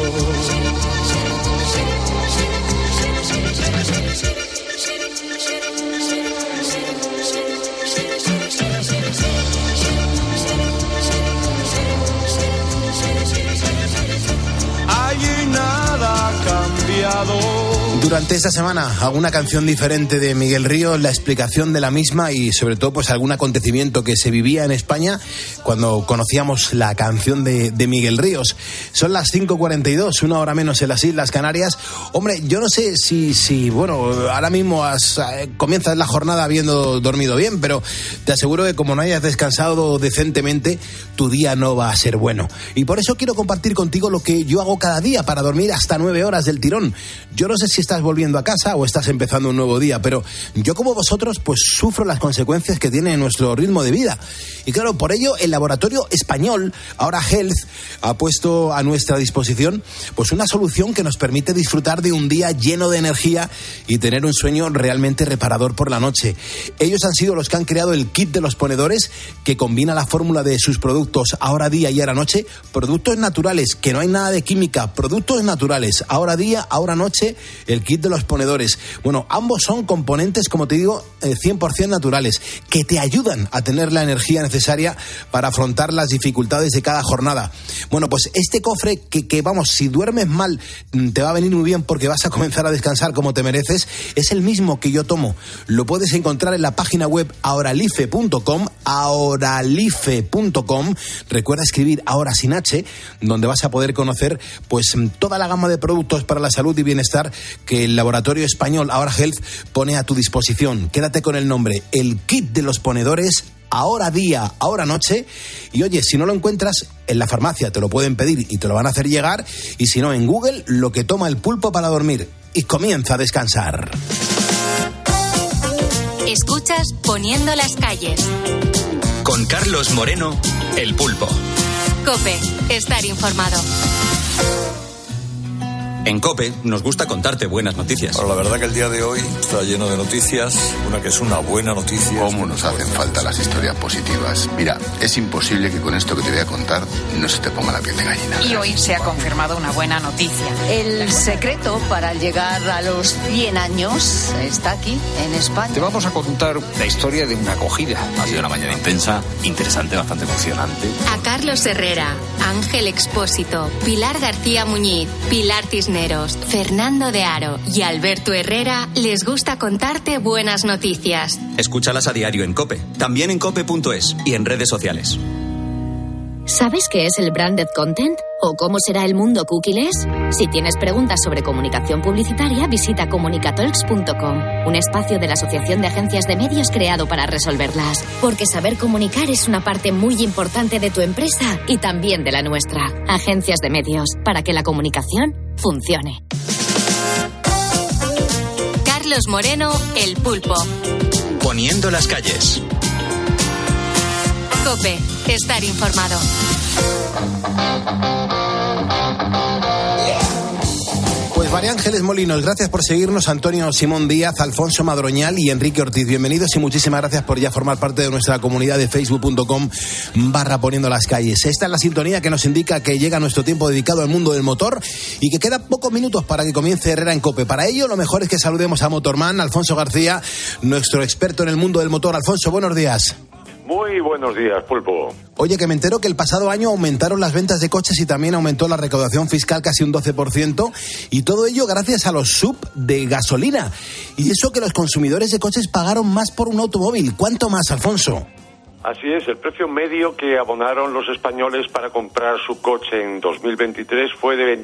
Allí nada ha cambiado. Durante esta semana, alguna canción diferente de Miguel Ríos, la explicación de la misma y sobre todo pues algún acontecimiento que se vivía en España cuando conocíamos la canción de Miguel Ríos. Son las 5:42, 1 hora menos en las Islas Canarias. Hombre, yo no sé si bueno, ahora mismo comienzas la jornada habiendo dormido bien, pero te aseguro que como no hayas descansado decentemente, tu día no va a ser bueno. Y por eso quiero compartir contigo lo que yo hago cada día para dormir hasta 9 horas del tirón. Yo no sé si estás volviendo a casa o estás empezando un nuevo día, pero yo como vosotros pues sufro las consecuencias que tiene nuestro ritmo de vida. Y claro, por ello el laboratorio español, ahora Health, ha puesto a nuestra disposición pues una solución que nos permite disfrutar de un día lleno de energía y tener un sueño realmente reparador por la noche. Ellos han sido los que han creado el kit de los ponedores, que combina la fórmula de sus productos Ahora Día y Ahora Noche, productos naturales, que no hay nada de química, productos naturales, Ahora Día, Ahora Noche, el kit de los ponedores. Bueno, ambos son componentes, como te digo, 100% naturales, que te ayudan a tener la energía necesaria para afrontar las dificultades de cada jornada. Bueno, pues este cofre que vamos, si duermes mal, te va a venir muy bien porque vas a comenzar a descansar como te mereces, es el mismo que yo tomo. Lo puedes encontrar en la página web ahoralife.com, ahoralife.com. Recuerda escribir ahora sin H, donde vas a poder conocer pues toda la gama de productos para la salud y bienestar que que el laboratorio español Ahora Health pone a tu disposición. Quédate con el nombre, el kit de los ponedores, ahora día, ahora noche. Y oye, si no lo encuentras en la farmacia, te lo pueden pedir y te lo van a hacer llegar. Y si no, en Google, lo que toma el pulpo para dormir. Y comienza a descansar. Escuchas Poniendo las calles. Con Carlos Moreno, el pulpo. COPE, estar informado. En COPE nos gusta contarte buenas noticias. Bueno, la verdad que el día de hoy está lleno de noticias, una que es una buena noticia. ¿Cómo nos hacen falta las historias positivas? Mira, es imposible que con esto que te voy a contar no se te ponga la piel de gallina. Y hoy se ha confirmado una buena noticia. El secreto para llegar a los 100 años está aquí, en España. Te vamos a contar la historia de una acogida. Ha sido una mañana intensa, interesante, bastante emocionante. A Carlos Herrera, Ángel Expósito, Pilar García Muñiz, Pilar Cisneros, Fernando de Aro y Alberto Herrera les gusta contarte buenas noticias. Escúchalas a diario en COPE, también en cope.es y en redes sociales. ¿Sabes qué es el branded content? ¿O cómo será el mundo cookieless? Si tienes preguntas sobre comunicación publicitaria, visita comunicatalks.com, un espacio de la Asociación de Agencias de Medios creado para resolverlas. Porque saber comunicar es una parte muy importante de tu empresa y también de la nuestra. Agencias de Medios, para que la comunicación funcione. Carlos Moreno, el pulpo. Poniendo las calles. COPE, estar informado. Pues María Ángeles Molinos, gracias por seguirnos, Antonio Simón Díaz, Alfonso Madroñal y Enrique Ortiz. Bienvenidos y muchísimas gracias por ya formar parte de nuestra comunidad de facebook.com/poniendo las calles. Esta es la sintonía que nos indica que llega nuestro tiempo dedicado al mundo del motor y que queda pocos minutos para que comience Herrera en COPE. Para ello, lo mejor es que saludemos a Motorman, Alfonso García, nuestro experto en el mundo del motor. Alfonso, buenos días. Muy buenos días, pulpo. Oye, que me entero que el pasado año aumentaron las ventas de coches y también aumentó la recaudación fiscal casi un 12%, y todo ello gracias a los SUV de gasolina. Y eso que los consumidores de coches pagaron más por un automóvil. ¿Cuánto más, Alfonso? Así es, el precio medio que abonaron los españoles para comprar su coche en 2023 fue de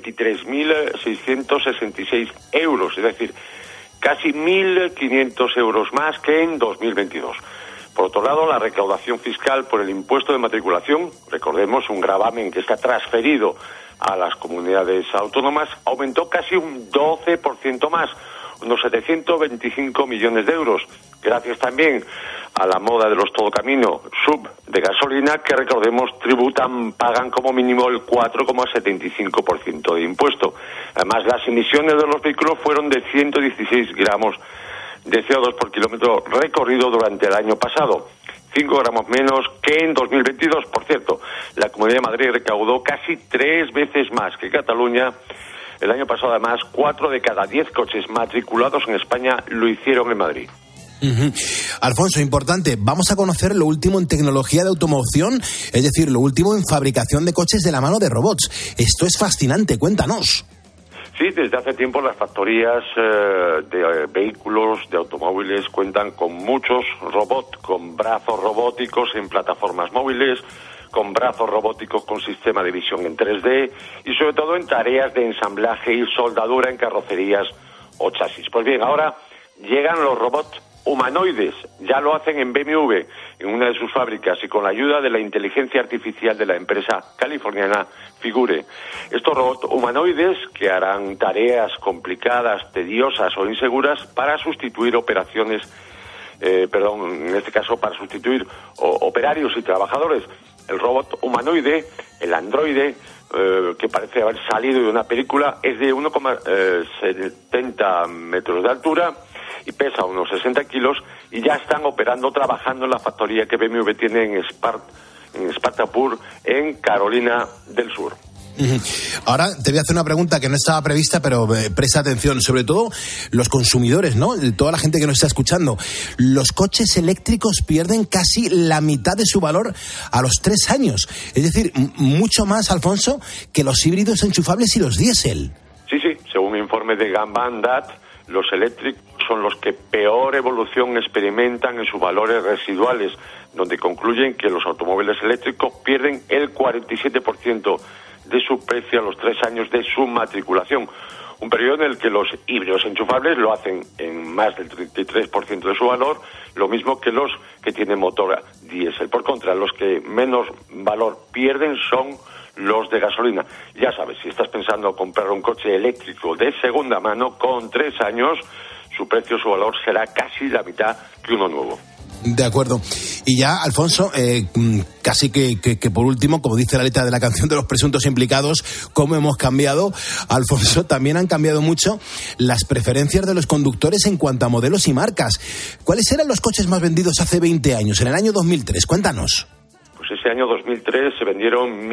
23.666 euros, es decir, casi 1.500 euros más que en 2022. Por otro lado, la recaudación fiscal por el impuesto de matriculación, recordemos, un gravamen que está transferido a las comunidades autónomas, aumentó casi un 12% más, unos 725 millones de euros, gracias también a la moda de los todocamino SUV de gasolina, que recordemos pagan como mínimo el 4,75% de impuesto. Además, las emisiones de los vehículos fueron de 116 gramos de CO2 por kilómetro recorrido durante el año pasado, 5 gramos menos que en 2022. Por cierto, la Comunidad de Madrid recaudó casi 3 veces más que Cataluña. El año pasado, además, 4 de cada 10 coches matriculados en España lo hicieron en Madrid. Uh-huh. Alfonso, importante, vamos a conocer lo último en tecnología de automoción, es decir, lo último en fabricación de coches de la mano de robots. Esto es fascinante, cuéntanos. Sí, desde hace tiempo las factorías de vehículos, de automóviles, cuentan con muchos robots, con brazos robóticos en plataformas móviles, con brazos robóticos con sistema de visión en 3D y sobre todo en tareas de ensamblaje y soldadura en carrocerías o chasis. Pues bien, ahora llegan los robots humanoides, ya lo hacen en BMW, en una de sus fábricas, y con la ayuda de la inteligencia artificial de la empresa californiana Figure. Estos robots humanoides que harán tareas complicadas, tediosas o inseguras para sustituir operaciones, en este caso para sustituir operarios y trabajadores. El robot humanoide, el androide, que parece haber salido de una película, es de 1,70 metros de altura y pesa unos 60 kilos, y ya están trabajando en la factoría que BMW tiene en Spartanburg, en Carolina del Sur. Ahora te voy a hacer una pregunta que no estaba prevista, pero presta atención, sobre todo los consumidores, ¿no? Toda la gente que nos está escuchando. Los coches eléctricos pierden casi la mitad de su valor a los 3 años. Es decir, mucho más, Alfonso, que los híbridos enchufables y los diésel. Sí, según informe de Gambandat, los eléctricos son los que peor evolución experimentan en sus valores residuales, donde concluyen que los automóviles eléctricos pierden el 47% de su precio a los 3 años de su matriculación. Un periodo en el que los híbridos enchufables lo hacen en más del 33% de su valor, lo mismo que los que tienen motor diésel. Por contra, los que menos valor pierden son los de gasolina. Ya sabes, si estás pensando comprar un coche eléctrico de segunda mano con 3 años, su precio, su valor será casi la mitad que uno nuevo. De acuerdo. Y ya, Alfonso, casi que por último, como dice la letra de la canción de los presuntos implicados, ¿cómo hemos cambiado? Alfonso, también han cambiado mucho las preferencias de los conductores en cuanto a modelos y marcas. ¿Cuáles eran los coches más vendidos hace 20 años, en el año 2003? Cuéntanos. Pues ese año 2003 se vendieron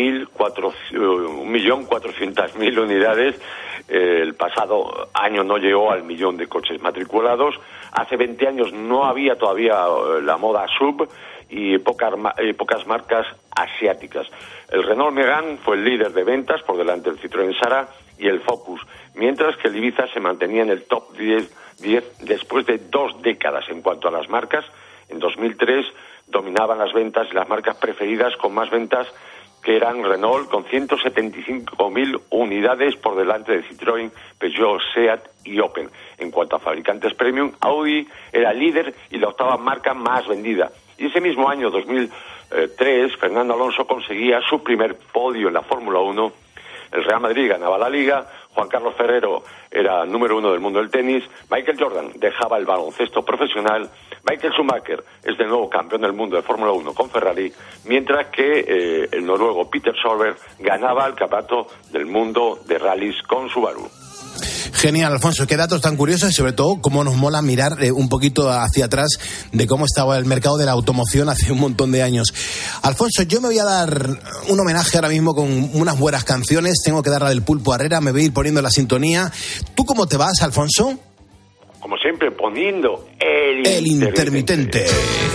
1.400.000 unidades. El pasado año no llegó al 1.000.000 de coches matriculados. Hace 20 años no había todavía la moda SUV y pocas marcas asiáticas. El Renault Megane fue el líder de ventas por delante del Citroën Sara y el Focus, mientras que el Ibiza se mantenía en el top 10 después de 2 décadas. En cuanto a las marcas, en 2003 dominaban las ventas y las marcas preferidas con más ventas, que eran Renault con 175.000 unidades por delante de Citroën, Peugeot, Seat y Opel. En cuanto a fabricantes premium, Audi era líder y la 8ª marca más vendida. Y ese mismo año, 2003, Fernando Alonso conseguía su primer podio en la Fórmula 1. El Real Madrid ganaba la Liga, Juan Carlos Ferrero era número 1 del mundo del tenis, Michael Jordan dejaba el baloncesto profesional, Michael Schumacher es de nuevo campeón del mundo de Fórmula 1 con Ferrari, mientras que el noruego Peter Solberg ganaba el campeonato del mundo de rallies con Subaru. Genial, Alfonso, qué datos tan curiosos y sobre todo cómo nos mola mirar un poquito hacia atrás de cómo estaba el mercado de la automoción hace un montón de años. Alfonso, yo me voy a dar un homenaje ahora mismo con unas buenas canciones. Tengo que dar la del Pulpo Herrera, me voy a ir poniendo la sintonía. ¿Tú cómo te vas, Alfonso? Como siempre, poniendo el intermitente.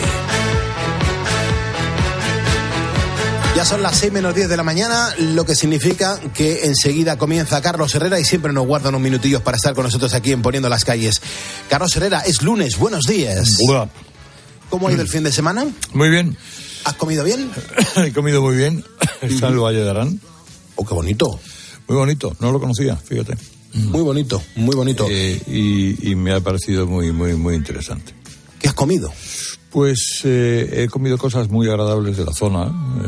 Ya son las 6:10 de la mañana, lo que significa que enseguida comienza Carlos Herrera y siempre nos guardan unos minutillos para estar con nosotros aquí en Poniendo las Calles. Carlos Herrera, es lunes, buenos días. Hola. ¿Cómo ha ido el fin de semana? Muy bien. ¿Has comido bien? He comido muy bien. Está en el Valle de Arán. Oh, qué bonito. Muy bonito, no lo conocía, fíjate. Muy bonito, muy bonito. Y me ha parecido muy, muy, muy interesante. ¿Qué has comido? Pues he comido cosas muy agradables de la zona,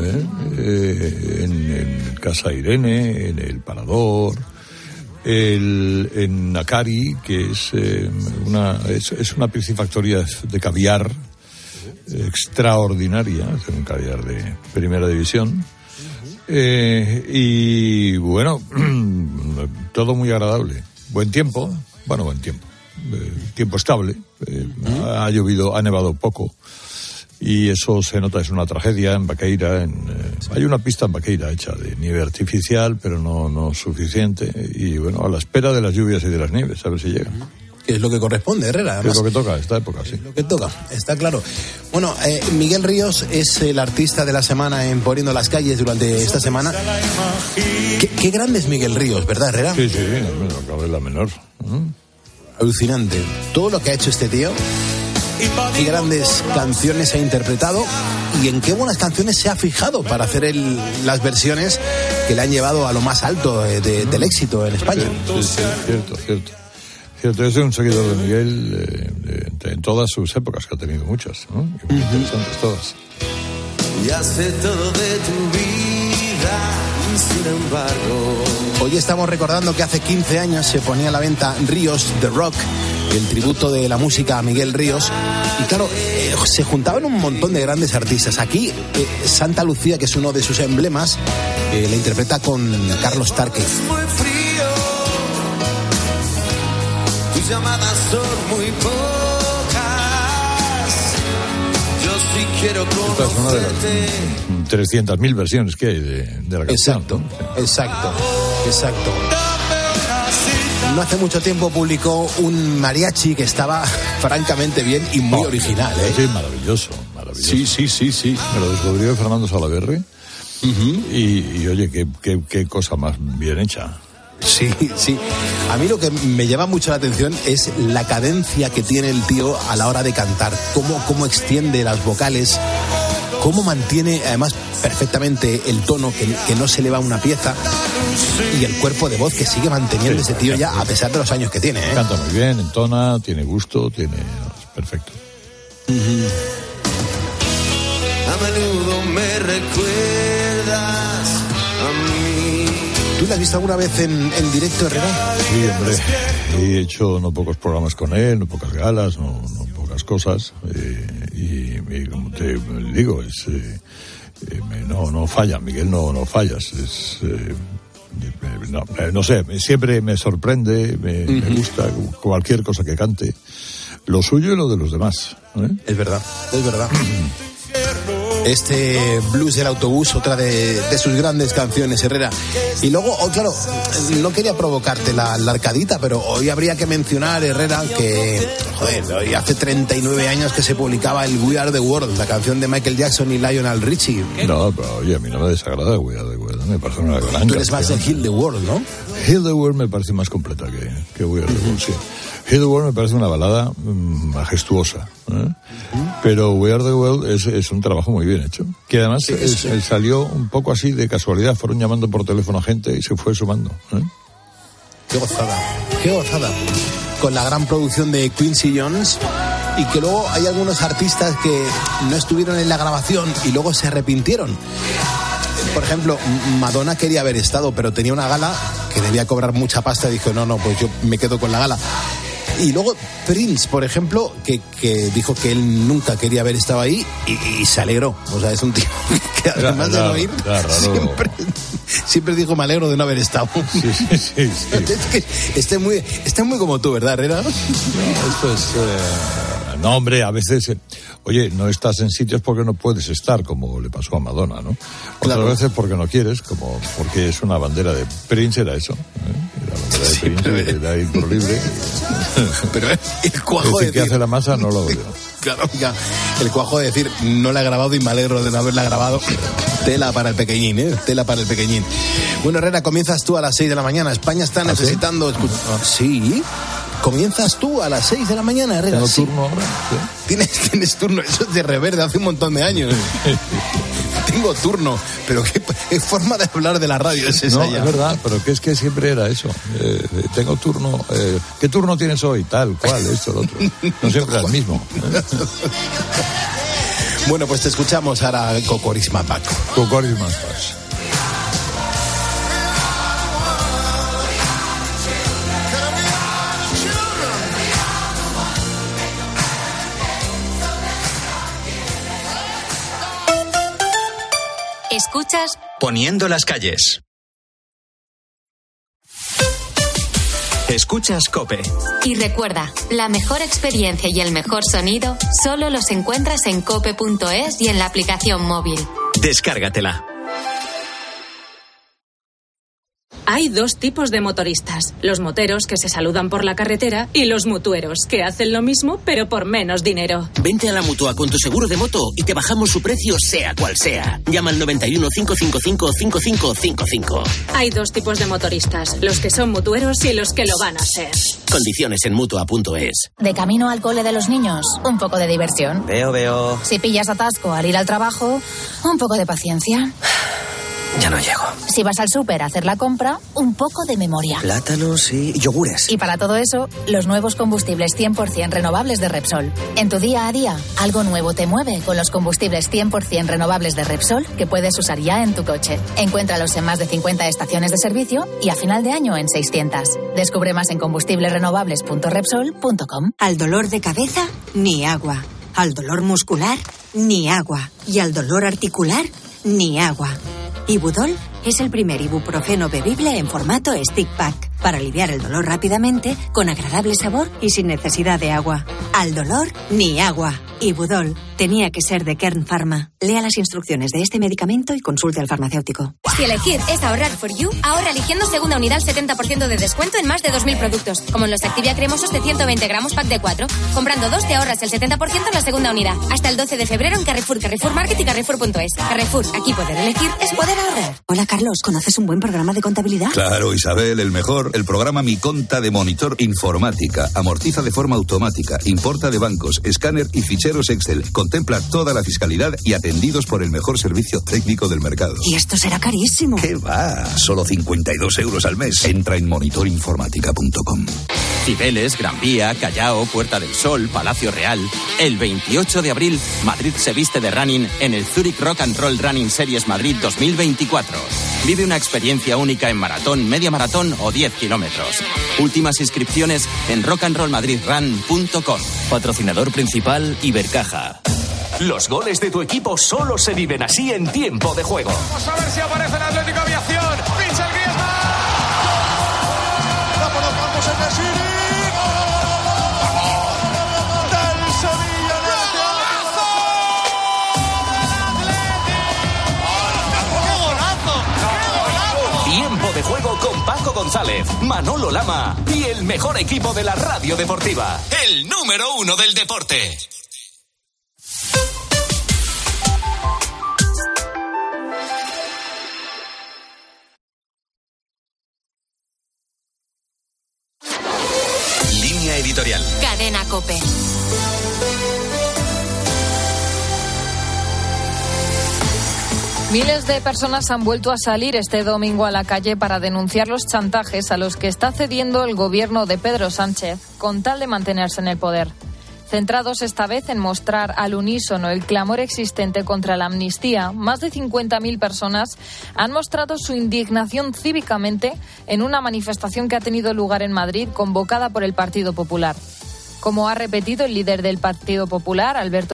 en Casa Irene, en El Parador, en Nakari, que es una piscifactoría de caviar extraordinaria, es un caviar de primera división. Y bueno, todo muy agradable. Buen tiempo. Tiempo estable. Ha llovido, ha nevado poco. Y eso se nota, es una tragedia en Baqueira. Hay una pista en Baqueira hecha de nieve artificial, pero no suficiente. Y bueno, a la espera de las lluvias y de las nieves, a ver si llegan. Que es lo que corresponde, Herrera. Además, es lo que toca esta época, sí. Es lo que toca, está claro. Bueno, Miguel Ríos es el artista de la semana en Poniendo las Calles durante esta semana. Qué grande es Miguel Ríos, ¿verdad, Herrera? Sí, no cabe la menor. Alucinante. Todo lo que ha hecho este tío, qué grandes canciones ha interpretado y en qué buenas canciones se ha fijado para hacer las versiones que le han llevado a lo más alto del éxito en España. Sí, cierto. Yo soy un seguidor de Miguel en todas sus épocas, que ha tenido muchas, ¿no? Muy interesantes todas. Ya sé todo de tu vida, sin embargo. Hoy estamos recordando que hace 15 años se ponía a la venta Ríos The Rock, el tributo de la música a Miguel Ríos. Y claro, se juntaban un montón de grandes artistas. Aquí, Santa Lucía, que es uno de sus emblemas, la interpreta con Carlos Tarque. Tus llamadas son muy pocas. Yo sí quiero conocerte. Esta es una de las 300.000 versiones que hay de la canción. Exacto. No hace mucho tiempo publicó un mariachi que estaba francamente bien y muy original, ¿eh? Sí, maravilloso. Sí. Me lo descubrió Fernando Salaverry. Y oye, qué cosa más bien hecha. Sí. A mí lo que me llama mucho la atención es la cadencia que tiene el tío a la hora de cantar. Cómo extiende las vocales, cómo mantiene además perfectamente el tono, que no se le va una pieza, y el cuerpo de voz que sigue manteniendo ese tío ya a pesar de los años que tiene. Canta muy bien, entona, tiene gusto, perfecto. A menudo me recuerdas a mí. ¿Tú le has visto alguna vez en directo, Herrera? Sí, hombre, he hecho no pocos programas con él, no pocas galas, no pocas cosas, y como te digo, no falla, Miguel, no fallas, no sé, siempre me sorprende, me gusta cualquier cosa que cante, lo suyo y lo de los demás, ¿eh? Es verdad. Este Blues del autobús, otra de sus grandes canciones, Herrera. Y luego, claro, no quería provocarte la arcadita, pero hoy habría que mencionar, Herrera, que, hoy hace 39 años que se publicaba el We Are the World, la canción de Michael Jackson y Lionel Richie. No, pero oye, a mí no me desagrada We Are the World, me parece una gran canción. Tú eres más de Heal the World, ¿no? Heal the World me parece más completa que We Are the World, sí. Heal the World me parece una balada majestuosa, ¿eh? Pero We Are the World es un trabajo muy bien hecho, que además él salió un poco así de casualidad, fueron llamando por teléfono a gente y se fue sumando, ¿eh? Qué gozada. Con la gran producción de Quincy Jones, y que luego hay algunos artistas que no estuvieron en la grabación y luego se arrepintieron. Por ejemplo, Madonna quería haber estado, pero tenía una gala que debía cobrar mucha pasta y dijo, no, pues yo me quedo con la gala. Y luego Prince, por ejemplo, que dijo que él nunca quería haber estado ahí y se alegró. O sea, es un tío que además de no ir, siempre dijo, me alegro de no haber estado. Sí. Es que está muy como tú, ¿verdad, Herrera? No, esto es... No, hombre, a veces, oye, no estás en sitios porque no puedes estar, como le pasó a Madonna, ¿no? Otras veces porque no quieres, como porque es una bandera de Prince, era eso, ¿eh? La bandera de Prince, era ir por libre. Pero el cuajo de decir, ¿qué hace la masa? No lo veo. Claro, ya, el cuajo de decir, no la he grabado y me alegro de no haberla grabado. Tela para el pequeñín, tela para el pequeñín. Bueno, Herrera, comienzas tú a las 6 de la mañana. España está necesitando... ¿Sí? Comienzas tú a las 6 de la mañana, Herrera. Tengo turno ahora. ¿Sí? Tienes turno, eso es de Reverde hace un montón de años. Tengo turno, pero qué forma de hablar de la radio es esa. No, ya. Es verdad, pero que es que siempre era eso. Tengo turno, ¿qué turno tienes hoy? Tal, cual, esto, lo otro. No siempre es el mismo. Bueno, pues te escuchamos ahora, Cocorisma Paco. Cocorisma Paco. Escuchas Poniendo las calles. Escuchas COPE. Y recuerda, la mejor experiencia y el mejor sonido solo los encuentras en cope.es y en la aplicación móvil. Descárgatela. Hay dos tipos de motoristas, los moteros que se saludan por la carretera y los mutueros que hacen lo mismo pero por menos dinero. Vente a la Mutua con tu seguro de moto y te bajamos su precio sea cual sea. Llama al 91 555 5555. Hay dos tipos de motoristas, los que son mutueros y los que lo van a ser. Condiciones en Mutua.es. De camino al cole de los niños, un poco de diversión. Veo. Si pillas atasco al ir al trabajo, un poco de paciencia. Ya no llego. Si vas al súper a hacer la compra, un poco de memoria. Plátanos y yogures. Y para todo eso, los nuevos combustibles 100% renovables de Repsol. En tu día a día, algo nuevo te mueve con los combustibles 100% renovables de Repsol que puedes usar ya en tu coche. Encuéntralos en más de 50 estaciones de servicio y a final de año en 600. Descubre más en combustiblesrenovables.repsol.com. Al dolor de cabeza, ni agua. Al dolor muscular, ni agua. Y al dolor articular, ni agua. Ibudol es el primer ibuprofeno bebible en formato stick pack para aliviar el dolor rápidamente, con agradable sabor y sin necesidad de agua. Al dolor, ni agua. Ibudol tenía que ser de Kern Pharma. Lea las instrucciones de este medicamento y consulte al farmacéutico. Si elegir es ahorrar for you, ahorra eligiendo segunda unidad al 70% de descuento en más de 2.000 productos, como en los Activia cremosos de 120 gramos pack de 4. Comprando 2 te ahorras el 70% en la segunda unidad. Hasta el 12 de febrero en Carrefour, Carrefour Market y Carrefour.es. Carrefour, aquí poder elegir es poder ahorrar. Hola Carlos, ¿conoces un buen programa de contabilidad? Claro, Isabel, el mejor. El programa Mi Conta de Monitor Informática. Amortiza de forma automática, importa de bancos, escáner y fichero ficheros Excel. Contempla toda la fiscalidad y atendidos por el mejor servicio técnico del mercado. Y esto será carísimo. ¿Qué va? Solo 52 euros al mes. Entra en monitorinformática.com. Cibeles, Gran Vía, Callao, Puerta del Sol, Palacio Real. El 28 de abril, Madrid se viste de running en el Zurich Rock and Roll Running Series Madrid 2024. Vive una experiencia única en maratón, media maratón o 10 kilómetros. Últimas inscripciones en rockandrollmadridrun.com. Patrocinador principal Ibercaja. Los goles de tu equipo solo se viven así en tiempo de juego. Vamos a ver si aparece el Atlético Aviación. Pincha el Griezmann. La colocamos en el City. Del Sevilla. Tiempo de juego con Paco González, Manolo Lama y el mejor equipo de la radio deportiva. El número 1 del deporte. Línea editorial. Cadena COPE. Miles de personas han vuelto a salir este domingo a la calle para denunciar los chantajes a los que está cediendo el gobierno de Pedro Sánchez con tal de mantenerse en el poder. Centrados esta vez en mostrar al unísono el clamor existente contra la amnistía, más de 50.000 personas han mostrado su indignación cívicamente en una manifestación que ha tenido lugar en Madrid, convocada por el Partido Popular. Como ha repetido el líder del Partido Popular, Alberto